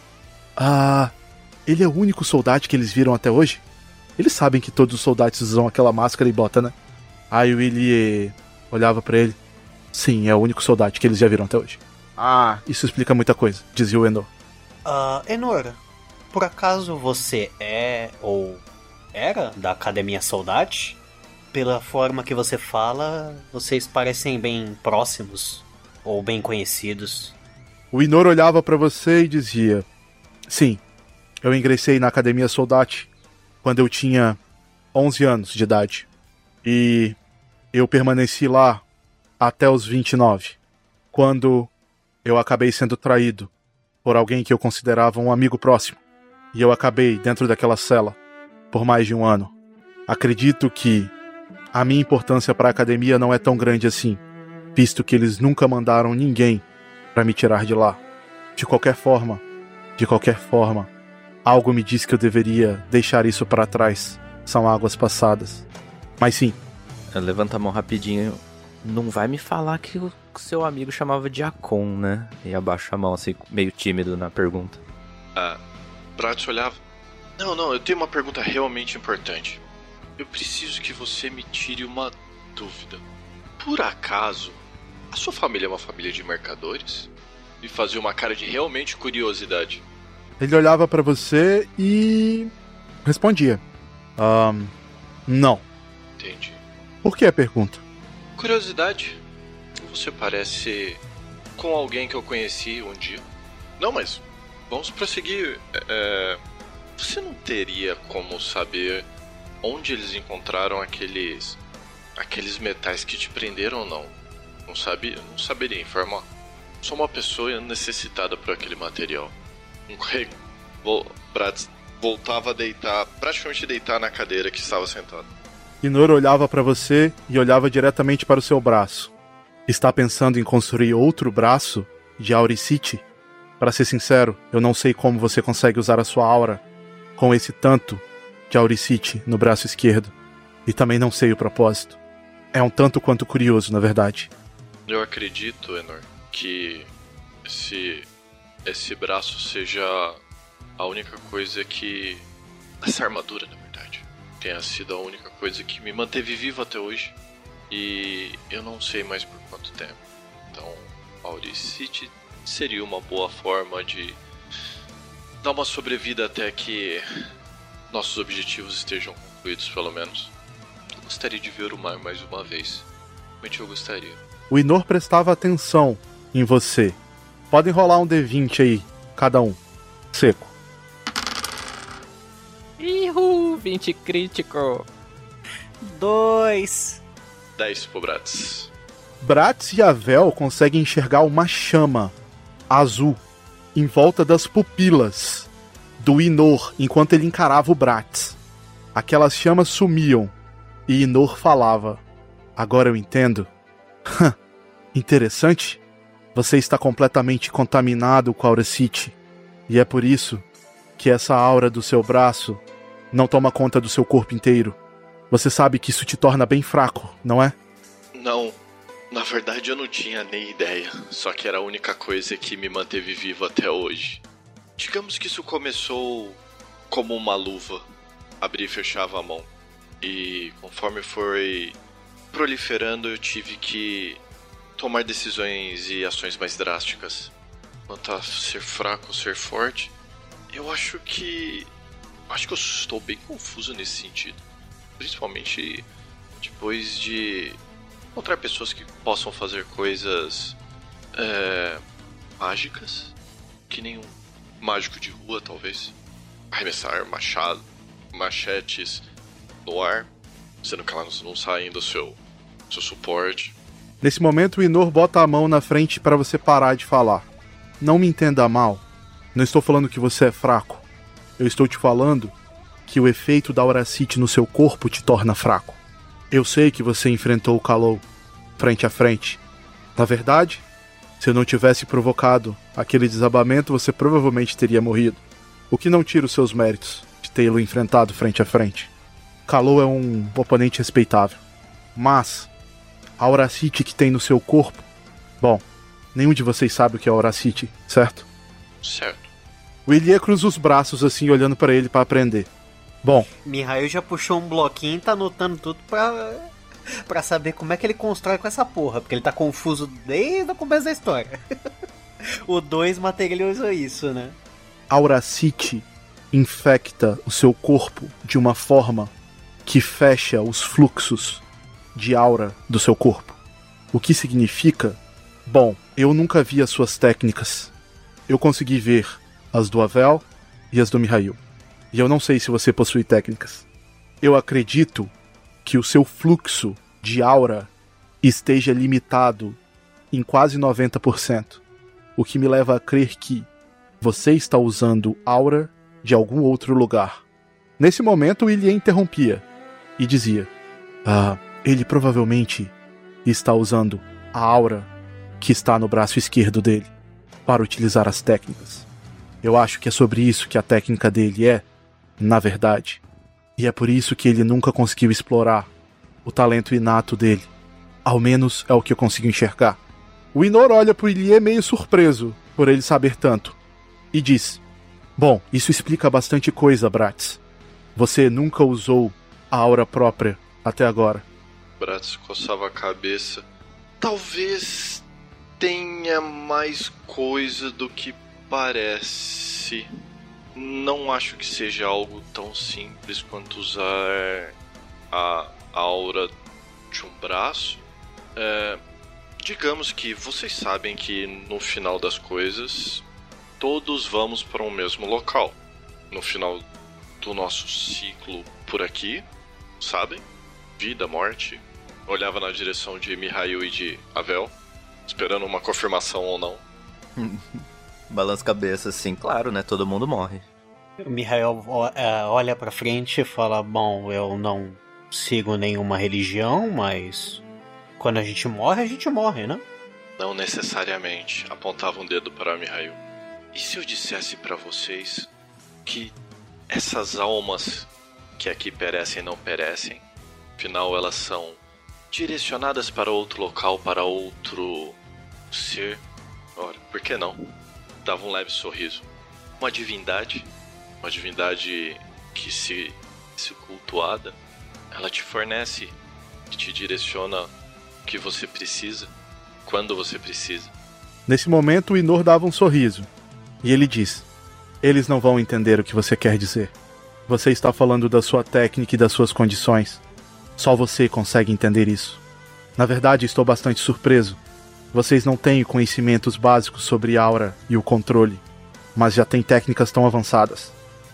Ah, ele é o único soldado que eles viram até hoje? Eles sabem que todos os soldados usam aquela máscara e bota, né? Aí o Ilie olhava pra ele: Sim, é o único soldado que eles já viram até hoje. Ah, isso explica muita coisa, dizia o Enor. Ah, uh, Enor, por acaso você é, ou era, da Academia Soldati? Pela forma que você fala, vocês parecem bem próximos, ou bem conhecidos. O Inor olhava pra você e dizia: Sim, eu ingressei na Academia Soldati quando eu tinha onze anos de idade. E eu permaneci lá até os vinte e nove, quando eu acabei sendo traído por alguém que eu considerava um amigo próximo. E eu acabei dentro daquela cela por mais de um ano. Acredito que a minha importância para a academia não é tão grande assim, visto que eles nunca mandaram ninguém para me tirar de lá. De qualquer forma, de qualquer forma, algo me diz que eu deveria deixar isso para trás. São águas passadas. Mas sim. Levanta a mão rapidinho. Não vai me falar que o seu amigo chamava de Akon, né? E abaixa a mão assim, meio tímido na pergunta. Ah, Bratz olhava. Não, não, eu tenho uma pergunta realmente importante. Eu preciso que você me tire uma dúvida. Por acaso, a sua família é uma família de mercadores? E fazia uma cara de realmente curiosidade. Ele olhava pra você e respondia: um, Não. Entendi. Por que a pergunta? Curiosidade. Você parece com alguém que eu conheci um dia. Não, mas vamos prosseguir. É... Você não teria como saber onde eles encontraram aqueles aqueles metais que te prenderam ou não? Não sabia, não saberia informar. Sou uma pessoa necessitada por aquele material. Vol- Bratz voltava a deitar, praticamente deitar na cadeira que estava sentado. Inor olhava pra você e olhava diretamente para o seu braço. Está pensando em construir outro braço de Auricite? Para ser sincero, eu não sei como você consegue usar a sua aura com esse tanto de Auricite no braço esquerdo. E também não sei o propósito. É um tanto quanto curioso, na verdade. Eu acredito, Enor, que esse, esse braço seja a única coisa que... Essa armadura, na verdade, tenha sido a única coisa que me manteve vivo até hoje. E eu não sei mais por quanto tempo. Então, Auricite seria uma boa forma de dar uma sobrevida até que nossos objetivos estejam concluídos, pelo menos. Eu gostaria de ver o mar mais uma vez. Realmente eu gostaria. O Inor prestava atenção em você. Podem rolar um D vinte aí, cada um. Seco. Ihu, vinte crítico. Dois. dez pro Bratz. Bratz e Avel conseguem enxergar uma chama azul em volta das pupilas do Inor enquanto ele encarava o Bratz. Aquelas chamas sumiam e Inor falava: Agora eu entendo. Interessante. Você está completamente contaminado com a Auricite. E é por isso que essa aura do seu braço não toma conta do seu corpo inteiro. Você sabe que isso te torna bem fraco, não é? Não, na verdade eu não tinha nem ideia. Só que era a única coisa que me manteve vivo até hoje. Digamos que isso começou como uma luva. Abria e fechava a mão. E conforme foi proliferando, eu tive que tomar decisões e ações mais drásticas. Quanto a ser fraco ou ser forte, eu acho que... Acho que eu estou bem confuso nesse sentido. Principalmente depois de encontrar pessoas que possam fazer coisas é, mágicas, que nem um mágico de rua, talvez. Arremessar machado, machetes no ar, sendo que elas não saem do seu, seu suporte. Nesse momento, o Inor bota a mão na frente para você parar de falar. Não me entenda mal. Não estou falando que você é fraco. Eu estou te falando que o efeito da Auracity no seu corpo te torna fraco. Eu sei que você enfrentou o Kalou frente a frente. Na verdade, se eu não tivesse provocado aquele desabamento, você provavelmente teria morrido. O que não tira os seus méritos de tê-lo enfrentado frente a frente. Kalou é um oponente respeitável. Mas a Auracity que tem no seu corpo... Bom, nenhum de vocês sabe o que é Auracity, certo? Certo. O Ilie cruza os braços assim, olhando pra ele pra aprender. Bom... Mihail já puxou um bloquinho e tá anotando tudo pra... pra saber como é que ele constrói com essa porra, porque ele tá confuso desde o começo da história. O dois materializou isso, né? Auracity infecta o seu corpo de uma forma que fecha os fluxos de aura do seu corpo. O que significa? Bom, eu nunca vi as suas técnicas. Eu consegui ver as do Avel e as do Mihail. E eu não sei se você possui técnicas. Eu acredito que o seu fluxo de aura esteja limitado em quase noventa por cento. O que me leva a crer que você está usando aura de algum outro lugar. Nesse momento, o Ilie interrompia e dizia: Ah, ele provavelmente está usando a aura que está no braço esquerdo dele para utilizar as técnicas. Eu acho que é sobre isso que a técnica dele é, na verdade. E é por isso que ele nunca conseguiu explorar o talento inato dele. Ao menos é o que eu consigo enxergar. O Inor olha pro Ilie meio surpreso por ele saber tanto e diz: Bom, isso explica bastante coisa, Bratz. Você nunca usou a aura própria até agora. Bratz coçava a cabeça. Talvez tenha mais coisa do que parece. Não acho que seja algo tão simples quanto usar a aura de um braço. É, digamos que vocês sabem que no final das coisas todos vamos para o mesmo local. No final do nosso ciclo por aqui, sabem? Vida, morte. Olhava na direção de Mihail e de Avel, esperando uma confirmação ou não. Balança a cabeça assim, claro, né? Todo mundo morre. O Mihail olha pra frente e fala: Bom, eu não sigo nenhuma religião, mas quando a gente morre, a gente morre, né? Não necessariamente, apontava um dedo para Mihail. E se eu dissesse para vocês que essas almas que aqui perecem não perecem, afinal elas são direcionadas para outro local, para outro ser? Olha, por que não? Dava um leve sorriso. Uma divindade, uma divindade que se, se cultuada, ela te fornece e te direciona o que você precisa, quando você precisa. Nesse momento, o Inor dava um sorriso e ele diz: Eles não vão entender o que você quer dizer. Você está falando da sua técnica e das suas condições. Só você consegue entender isso. Na verdade, estou bastante surpreso. Vocês não têm conhecimentos básicos sobre aura e o controle, mas já têm técnicas tão avançadas.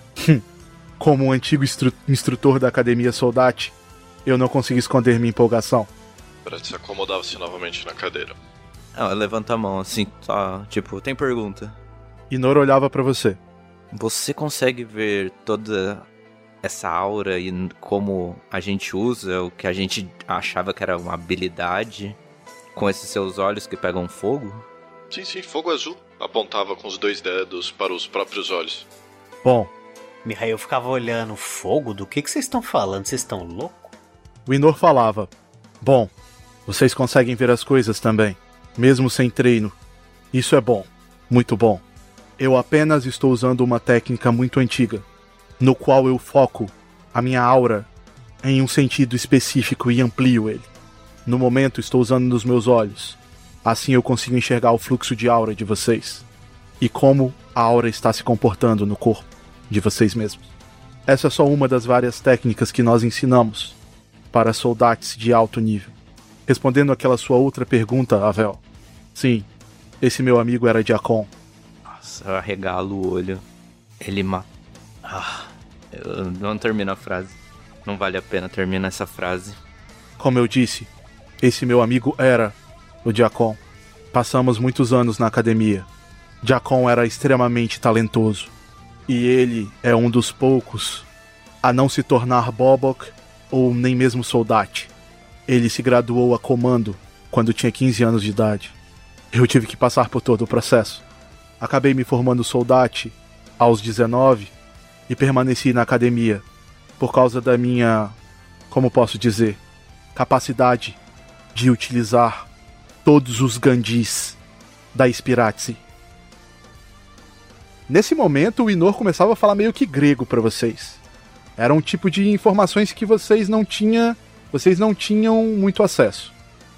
Como um antigo instru- instrutor da Academia Soldati, eu não consigo esconder minha empolgação. Bratz acomodava-se novamente na cadeira. Ela levanta a mão assim, só, tipo, tem pergunta. Inor olhava pra você. Você consegue ver toda essa aura e como a gente usa o que a gente achava que era uma habilidade com esses seus olhos que pegam fogo? Sim, sim, fogo azul. Apontava com os dois dedos para os próprios olhos. Bom, Mihail ficava olhando. Fogo? Do que que vocês estão falando? Vocês estão loucos? o Inor falava: Bom, vocês conseguem ver as coisas também, mesmo sem treino. Isso é bom, muito bom. Eu apenas estou usando uma técnica muito antiga, no qual eu foco a minha aura em um sentido específico e amplio ele. No momento estou usando nos meus olhos. Assim eu consigo enxergar o fluxo de aura de vocês e como a aura está se comportando no corpo de vocês mesmos. Essa é só uma das várias técnicas que nós ensinamos para soldados de alto nível. Respondendo aquela sua outra pergunta, Avel. Sim, Esse meu amigo era Diacon. Nossa, eu arregalo o olho. Ele ma... Ah, eu não termino a frase. Não vale a pena terminar essa frase. Como eu disse, esse meu amigo era o Diacon. Passamos muitos anos na academia. Diacon era extremamente talentoso. E ele é um dos poucos a não se tornar Bobok ou nem mesmo soldate. Ele se graduou a comando quando tinha quinze anos de idade. Eu tive que passar por todo o processo. Acabei me formando soldate aos dezenove e permaneci na academia por causa da minha, como posso dizer, capacidade de utilizar todos os Gandhis da Spiratsi. Nesse momento, o Inor começava a falar meio que grego para vocês. Era um tipo de informações que vocês não tinham, vocês não tinham muito acesso.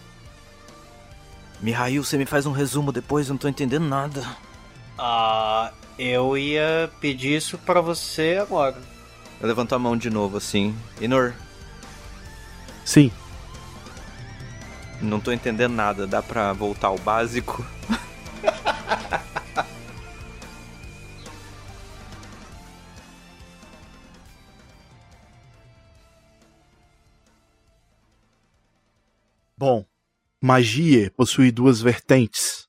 Mihail, você me faz um resumo depois, eu não tô entendendo nada. Ah, eu ia pedir isso pra você agora. Eu levanto a mão de novo, assim. Inor. Sim. Não tô entendendo nada, dá pra voltar ao básico? Bom, magia possui duas vertentes.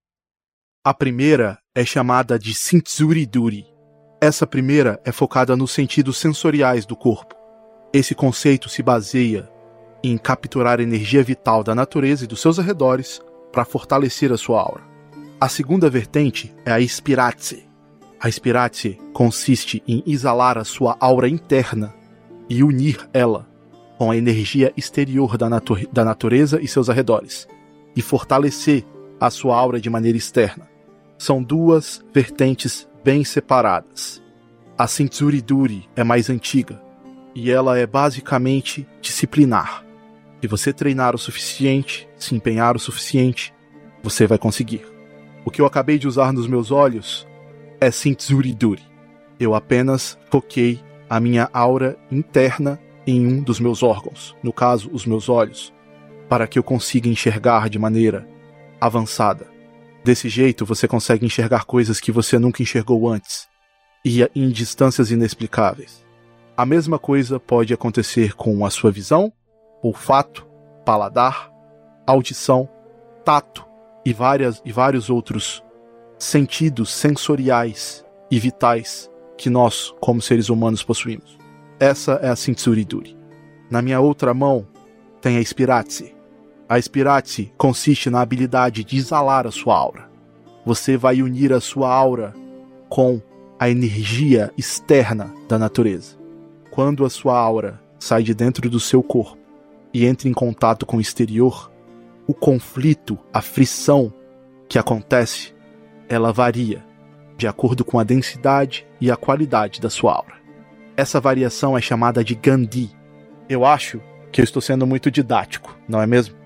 A primeira é chamada de Sintsuri-duri. Essa primeira é focada nos sentidos sensoriais do corpo. Esse conceito se baseia em capturar a energia vital da natureza e dos seus arredores para fortalecer a sua aura. A segunda vertente é a Spiratsi. A Spiratsi consiste em exalar a sua aura interna e unir ela com a energia exterior da, natu- da natureza e seus arredores, e fortalecer a sua aura de maneira externa. São duas vertentes bem separadas. A Sintsuri-duri é mais antiga, e ela é basicamente disciplinar. Se você treinar o suficiente, se empenhar o suficiente, você vai conseguir. O que eu acabei de usar nos meus olhos é Sintsuri-duri. Eu apenas foquei a minha aura interna em um dos meus órgãos, no caso, os meus olhos, para que eu consiga enxergar de maneira avançada. Desse jeito, você consegue enxergar coisas que você nunca enxergou antes, e em distâncias inexplicáveis. A mesma coisa pode acontecer com a sua visão, olfato, paladar, audição, tato e, várias, e vários outros sentidos sensoriais e vitais que nós, como seres humanos, possuímos. Essa é a Sintsuri-duri. Na minha outra mão tem a Spiratsi. A Spiratsi consiste na habilidade de exalar a sua aura. Você vai unir a sua aura com a energia externa da natureza. Quando a sua aura sai de dentro do seu corpo e entra em contato com o exterior, o conflito, a frição que acontece, ela varia de acordo com a densidade e a qualidade da sua aura. Essa variação é chamada de Gandhi. Eu acho que eu estou sendo muito didático, não é mesmo?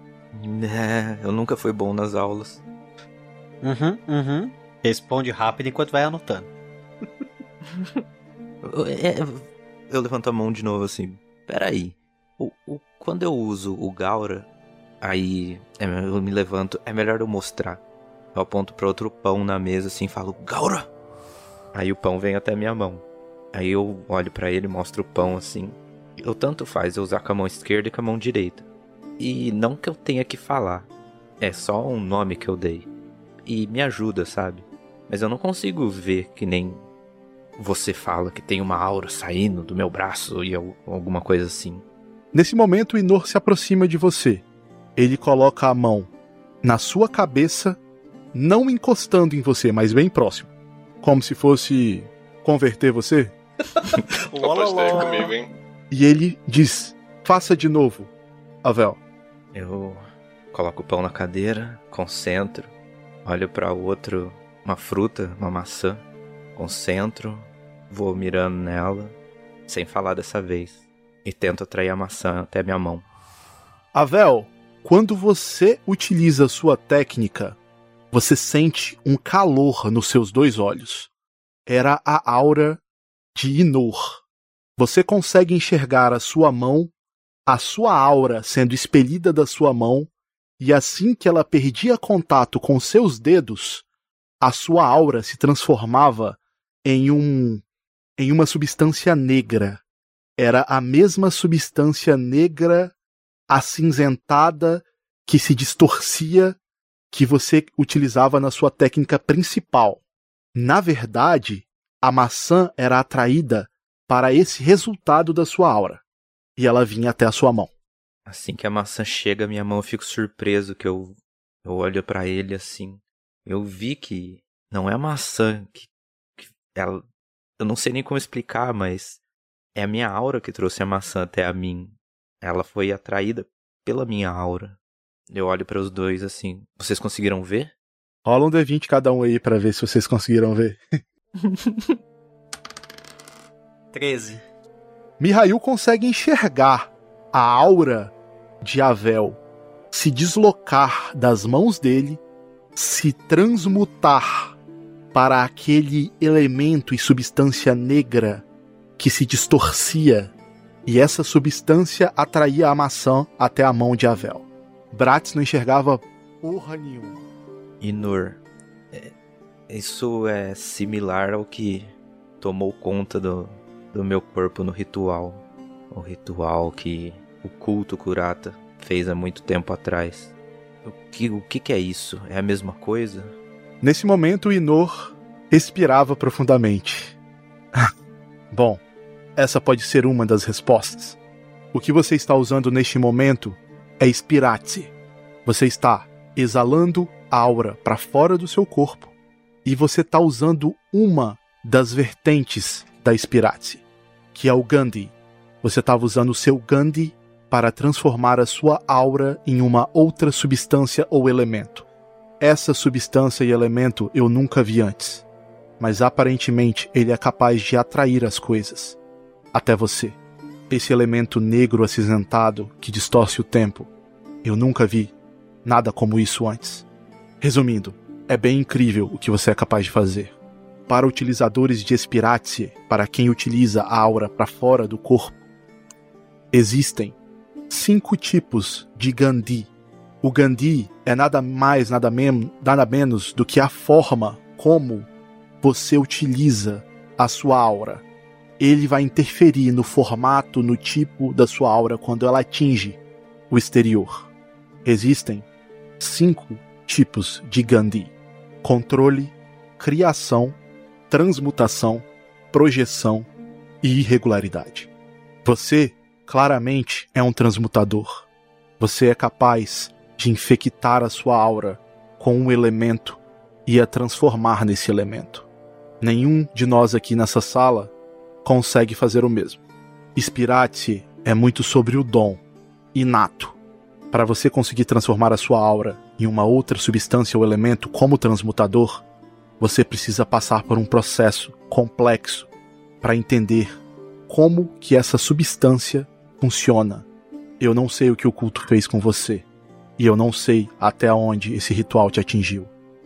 É, eu nunca fui bom nas aulas. Uhum, uhum. Responde rápido enquanto vai anotando. é, eu levanto a mão de novo assim. Peraí. O, o, quando eu uso o Gaura, aí é, eu me levanto, é melhor eu mostrar. Eu aponto para outro pão na mesa assim e falo, Gaura! Aí o pão vem até minha mão. Aí eu olho pra ele e mostro o pão assim. Eu tanto faz eu usar com a mão esquerda e com a mão direita. E não que eu tenha que falar. É só um nome que eu dei. E me ajuda, sabe? Mas eu não consigo ver que nem você fala que tem uma aura saindo do meu braço e alguma coisa assim. Nesse momento o Inor se aproxima de você. Ele coloca a mão na sua cabeça, não encostando em você, mas bem próximo. Como se fosse converter você. Apostei comigo, hein? E ele diz, faça de novo, Avel. Eu coloco o pão na cadeira, concentro, olho para o outro, uma fruta, uma maçã, concentro, vou mirando nela, sem falar dessa vez, e tento atrair a maçã até minha mão. Avel, quando você utiliza a sua técnica, você sente um calor nos seus dois olhos. Era a aura de Inor. Você consegue enxergar a sua mão, a sua aura sendo expelida da sua mão e assim que ela perdia contato com seus dedos, a sua aura se transformava em um em uma substância negra. Era a mesma substância negra acinzentada que se distorcia que você utilizava na sua técnica principal. Na verdade, a maçã era atraída para esse resultado da sua aura, e ela vinha até a sua mão. Assim que a maçã chega à minha mão, eu fico surpreso, que eu, eu olho pra ele assim. Eu vi que não é a maçã, que, que ela, eu não sei nem como explicar, mas é a minha aura que trouxe a maçã até a mim. Ela foi atraída pela minha aura. Eu olho para os dois assim. Vocês conseguiram ver? Rola um D vinte cada um aí pra ver se vocês conseguiram ver. treze. Mihail consegue enxergar a aura de Avel se deslocar das mãos dele, se transmutar para aquele elemento e substância negra que se distorcia, e essa substância atraía a maçã até a mão de Avel. Bratz não enxergava porra nenhuma. Inor, é, isso é similar ao que tomou conta do, do meu corpo no ritual. O ritual que o culto Kurata fez há muito tempo atrás. O que, o que, que é isso? É a mesma coisa? Nesse momento, Inor respirava profundamente. Bom, essa pode ser uma das respostas. O que você está usando neste momento é Spiratsi. Você está exalando a aura para fora do seu corpo e você está usando uma das vertentes da Spiratsi, que é o Gandhi. Você estava usando o seu Gandhi para transformar a sua aura em uma outra substância ou elemento. Essa substância e elemento eu nunca vi antes, mas aparentemente ele é capaz de atrair as coisas até você. Esse elemento negro acinzentado que distorce o tempo, eu nunca vi nada como isso antes. Resumindo, é bem incrível o que você é capaz de fazer. Para utilizadores de Spiratsi, para quem utiliza a aura para fora do corpo, existem cinco tipos de Gandhi. O Gandhi é nada mais, nada, men- nada menos do que a forma como você utiliza a sua aura. Ele vai interferir no formato, no tipo da sua aura quando ela atinge o exterior. Existem cinco tipos de Gandhi: controle, criação, transmutação, projeção e irregularidade. Você, claramente, é um transmutador. Você é capaz de infectar a sua aura com um elemento e a transformar nesse elemento. Nenhum de nós aqui nessa sala consegue fazer o mesmo. Spiratsi é muito sobre o dom inato. Para você conseguir transformar a sua aura em uma outra substância ou elemento como transmutador, você precisa passar por um processo complexo para entender como que essa substância funciona. Eu não sei o que o culto fez com você, e eu não sei até onde esse ritual te atingiu,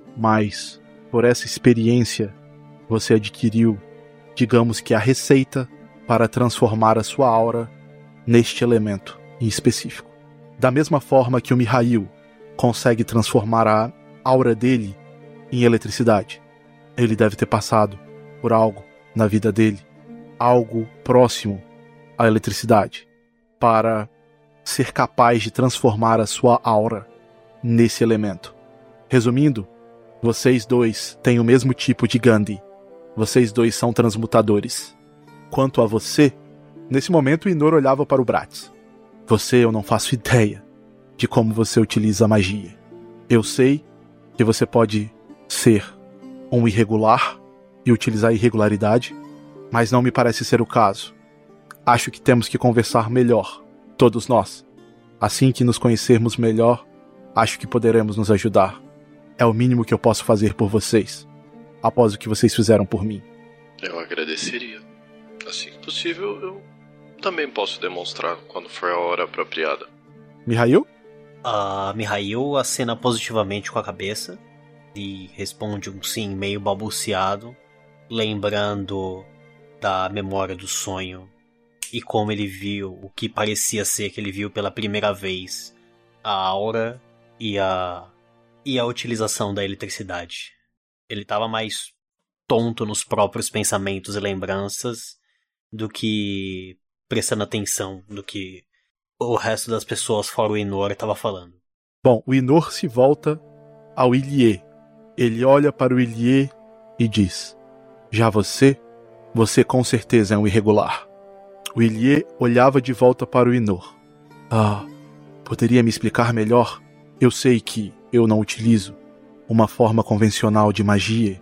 mas por essa experiência você adquiriu, digamos que a receita para transformar a sua aura neste elemento em específico. Da mesma forma que o Mihail consegue transformar a aura dele em eletricidade, ele deve ter passado por algo na vida dele, algo próximo à eletricidade, para ser capaz de transformar a sua aura nesse elemento. Resumindo, vocês dois têm o mesmo tipo de Gandhi. Vocês dois são transmutadores. Quanto a você, nesse momento Inor olhava para o Bratz. Você, eu não faço ideia de como você utiliza a magia. Eu sei que você pode ser um irregular e utilizar a irregularidade, mas não me parece ser o caso. Acho que temos que conversar melhor, todos nós. Assim que nos conhecermos melhor, acho que poderemos nos ajudar. É o mínimo que eu posso fazer por vocês, após o que vocês fizeram por mim. Eu agradeceria. Assim que possível, eu também posso demonstrar quando for a hora apropriada. Mihail? A uh, Mihail acena positivamente com a cabeça e responde um sim meio balbuciado, lembrando da memória do sonho e como ele viu o que parecia ser que ele viu pela primeira vez, a aura e a, e a utilização da eletricidade. Ele estava mais tonto nos próprios pensamentos e lembranças do que prestando atenção do que o resto das pessoas fora o Inor estava falando. Bom, o Inor se volta ao Ilie. Ele olha para o Ilie e diz: já você, você com certeza é um irregular. O Ilie olhava de volta para o Inor. Ah, poderia me explicar melhor? Eu sei que eu não utilizo uma forma convencional de magia.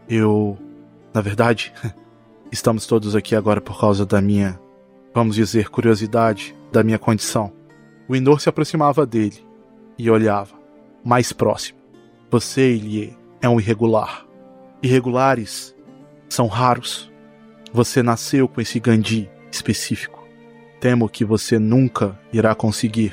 Eu, na verdade, estamos todos aqui agora por causa da minha, vamos dizer, curiosidade, da minha condição. O Inor se aproximava dele e olhava, mais próximo. Você, Ilie, é um irregular. Irregulares são raros. Você nasceu com esse Gandhi específico. Temo que você nunca irá conseguir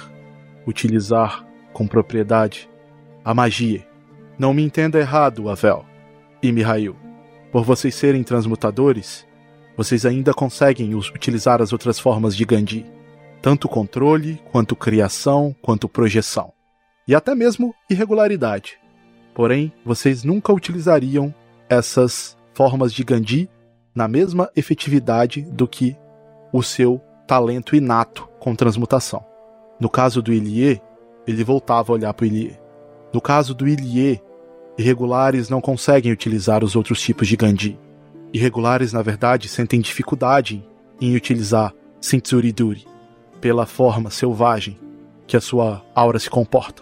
utilizar com propriedade a magia. Não me entenda errado, Avel e Mihail. Por vocês serem transmutadores, vocês ainda conseguem utilizar as outras formas de Gandhi. Tanto controle, quanto criação, quanto projeção. E até mesmo irregularidade. Porém, vocês nunca utilizariam essas formas de Gandhi na mesma efetividade do que o seu talento inato com transmutação. No caso do Ilie, ele voltava a olhar para o Ilie. No caso do Ilie, irregulares não conseguem utilizar os outros tipos de Gandhi. Irregulares, na verdade, sentem dificuldade em utilizar Sentsuriduri, pela forma selvagem que a sua aura se comporta.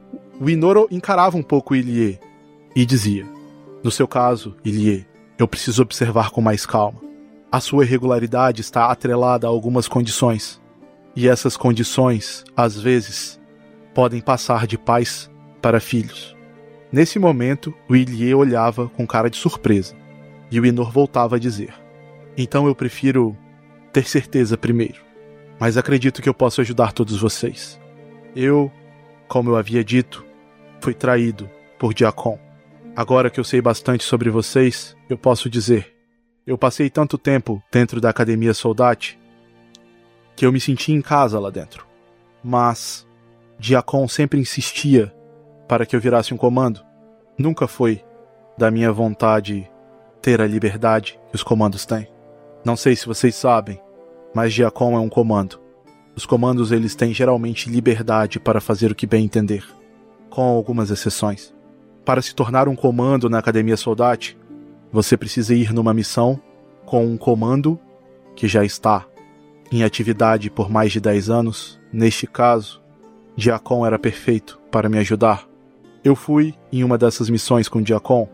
O Inoro encarava um pouco o Ilie e dizia: no seu caso, Ilie, eu preciso observar com mais calma. A sua irregularidade está atrelada a algumas condições, e essas condições, às vezes, podem passar de pais para filhos. Nesse momento, o Ilie olhava com cara de surpresa, e o Inor voltava a dizer: então eu prefiro ter certeza primeiro, mas acredito que eu posso ajudar todos vocês. Eu, como eu havia dito, fui traído por Diacon. Agora que eu sei bastante sobre vocês, eu posso dizer: eu passei tanto tempo dentro da Academia Soldati que eu me senti em casa lá dentro. Mas Diacon sempre insistia para que eu virasse um comando. Nunca foi da minha vontade ter a liberdade que os comandos têm. Não sei se vocês sabem, mas Diacon é um comando. Os comandos eles têm geralmente liberdade para fazer o que bem entender, com algumas exceções. Para se tornar um comando na Academia Soldati, você precisa ir numa missão com um comando que já está em atividade por mais de dez anos. Neste caso, Diacon era perfeito para me ajudar. Eu fui em uma dessas missões com Diacon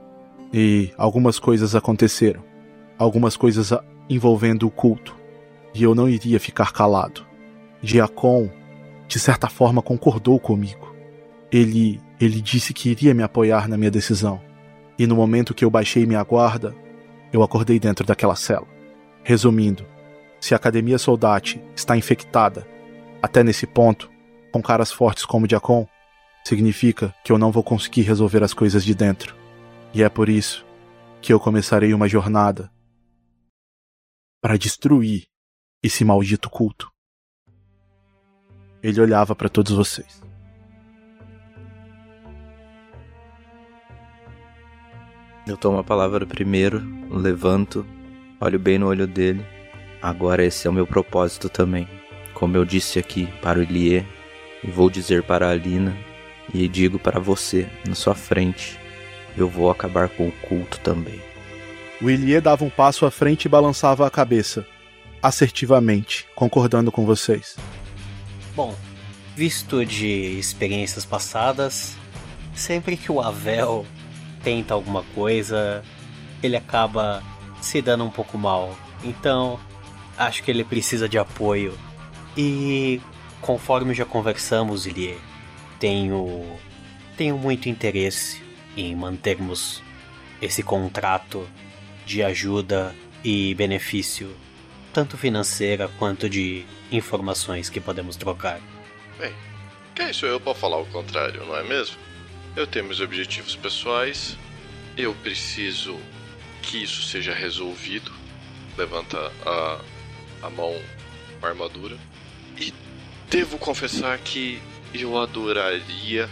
e algumas coisas aconteceram. Algumas coisas envolvendo o culto. E eu não iria ficar calado. Diacon, de certa forma, concordou comigo. Ele, ele disse que iria me apoiar na minha decisão. E no momento que eu baixei minha guarda, eu acordei dentro daquela cela. Resumindo, se a Academia Soldati está infectada até nesse ponto, com caras fortes como Diacon, significa que eu não vou conseguir resolver as coisas de dentro. E é por isso que eu começarei uma jornada para destruir esse maldito culto. Ele olhava para todos vocês. Eu tomo a palavra primeiro, levanto, olho bem no olho dele. Agora esse é o meu propósito também. Como eu disse aqui para o Ilie, e vou dizer para a Alina, e digo para você, na sua frente, eu vou acabar com o culto também. O Ilie dava um passo à frente e balançava a cabeça, assertivamente, concordando com vocês. Bom, visto de experiências passadas, sempre que o Avel tenta alguma coisa, ele acaba se dando um pouco mal. Então, acho que ele precisa de apoio. E, conforme já conversamos, Ilie, tenho, tenho muito interesse em mantermos esse contrato de ajuda e benefício, tanto financeira quanto de informações que podemos trocar. Bem, quem sou eu para falar o contrário, não é mesmo? Eu tenho meus objetivos pessoais, eu preciso que isso seja resolvido. Levanta a, a mão com a armadura. E devo confessar que eu adoraria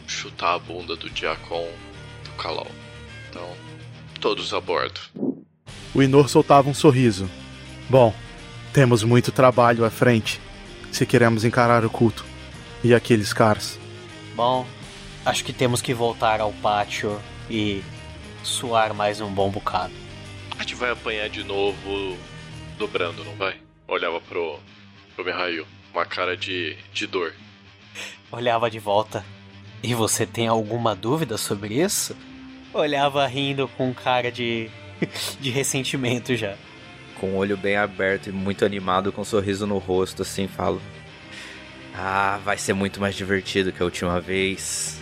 chutar a bunda do Diacon do Kalau. Então, todos a bordo. O Inor soltava um sorriso. Bom, temos muito trabalho à frente, se queremos encarar o culto. E aqueles caras? Bom, acho que temos que voltar ao pátio e suar mais um bom bocado. A gente vai apanhar de novo dobrando, não vai? Olhava pro, pro Mihail, uma cara de, de dor. Olhava de volta. E você tem alguma dúvida sobre isso? Olhava rindo com cara de, de ressentimento já. Com o olho bem aberto e muito animado, com um sorriso no rosto, assim, falo: ah, vai ser muito mais divertido que a última vez.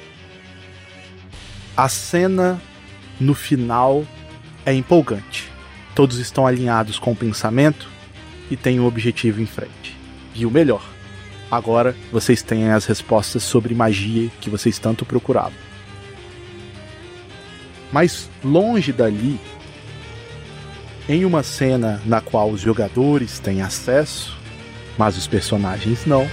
A cena no final é empolgante. Todos estão alinhados com o pensamento e têm um objetivo em frente. E o melhor, agora vocês têm as respostas sobre magia que vocês tanto procuravam. Mas longe dali, em uma cena na qual os jogadores têm acesso, mas os personagens não,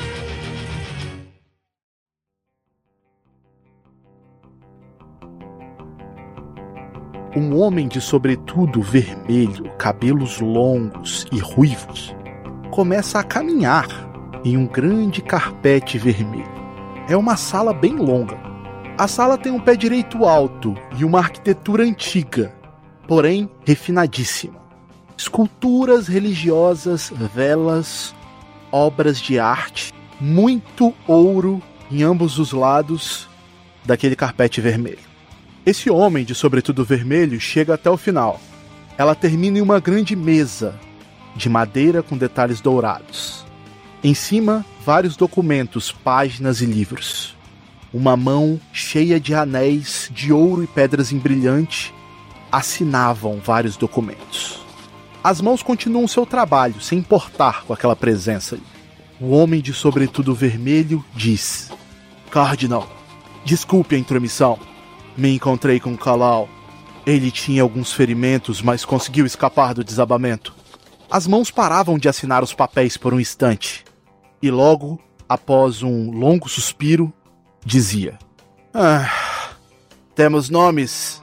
um homem de sobretudo vermelho, cabelos longos e ruivos, começa a caminhar em um grande carpete vermelho. É uma sala bem longa. A sala tem um pé direito alto e uma arquitetura antiga, porém refinadíssima. Esculturas religiosas, velas, obras de arte, muito ouro em ambos os lados daquele carpete vermelho. Esse homem de sobretudo vermelho chega até o final. Ela termina em uma grande mesa de madeira com detalhes dourados. Em cima, vários documentos, páginas e livros. Uma mão cheia de anéis de ouro e pedras em brilhante assinavam vários documentos. As mãos continuam seu trabalho, sem importar com aquela presença ali. O homem de sobretudo vermelho diz: Cardinal, desculpe a intromissão. Me encontrei com Kalau. Ele tinha alguns ferimentos, mas conseguiu escapar do desabamento. As mãos paravam de assinar os papéis por um instante. E logo, após um longo suspiro, dizia: ah, temos nomes.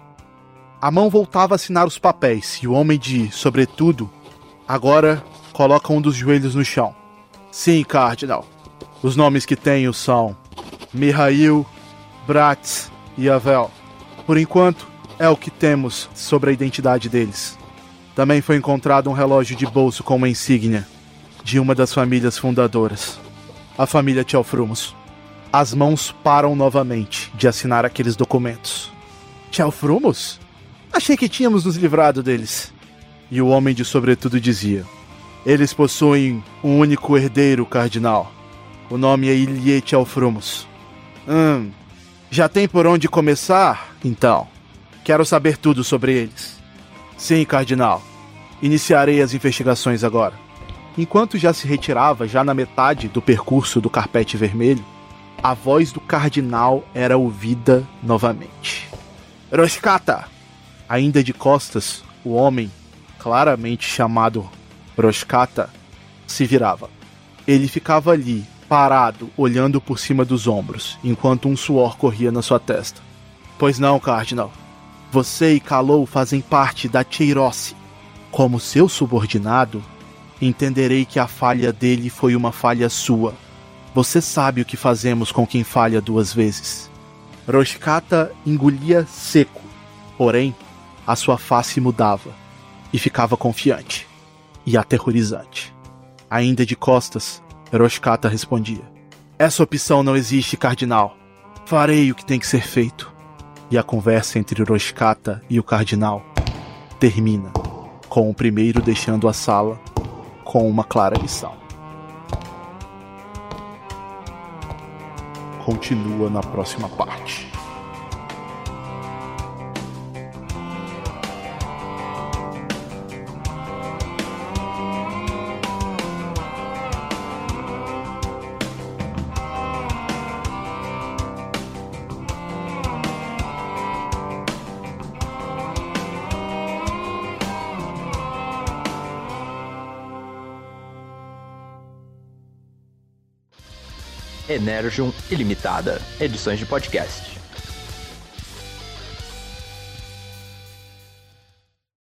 A mão voltava a assinar os papéis, e o homem de sobretudo agora coloca um dos joelhos no chão. Sim, Cardinal. Os nomes que tenho são Mihail, Bratz e Avel. Por enquanto, é o que temos sobre a identidade deles. Também foi encontrado um relógio de bolso com uma insígnia de uma das famílias fundadoras, a família Tchelfrumos. As mãos param novamente de assinar aqueles documentos. Tchelfrumos? Achei que tínhamos nos livrado deles. E o homem de sobretudo dizia: eles possuem um único herdeiro, Cardinal. O nome é Ilie Tchelfrumos. Hum... Já tem por onde começar? Então, quero saber tudo sobre eles. Sim, Cardinal. Iniciarei as investigações agora. Enquanto já se retirava, já na metade do percurso do carpete vermelho, a voz do Cardinal era ouvida novamente. Roshkata! Ainda de costas, o homem, claramente chamado Roshkata, se virava. Ele ficava ali, parado, olhando por cima dos ombros, enquanto um suor corria na sua testa. Pois não, Cardinal. Você e Kalau fazem parte da Cheirosse. Como seu subordinado, entenderei que a falha dele foi uma falha sua. Você sabe o que fazemos com quem falha duas vezes. Roshkata engolia seco, porém, a sua face mudava, e ficava confiante, e aterrorizante. Ainda de costas, Roshkata respondia: essa opção não existe, Cardinal. Farei o que tem que ser feito. E a conversa entre Roshkata e o Cardinal termina com o primeiro deixando a sala com uma clara lição. Continua na próxima parte. Energium Ilimitada, edições de podcast.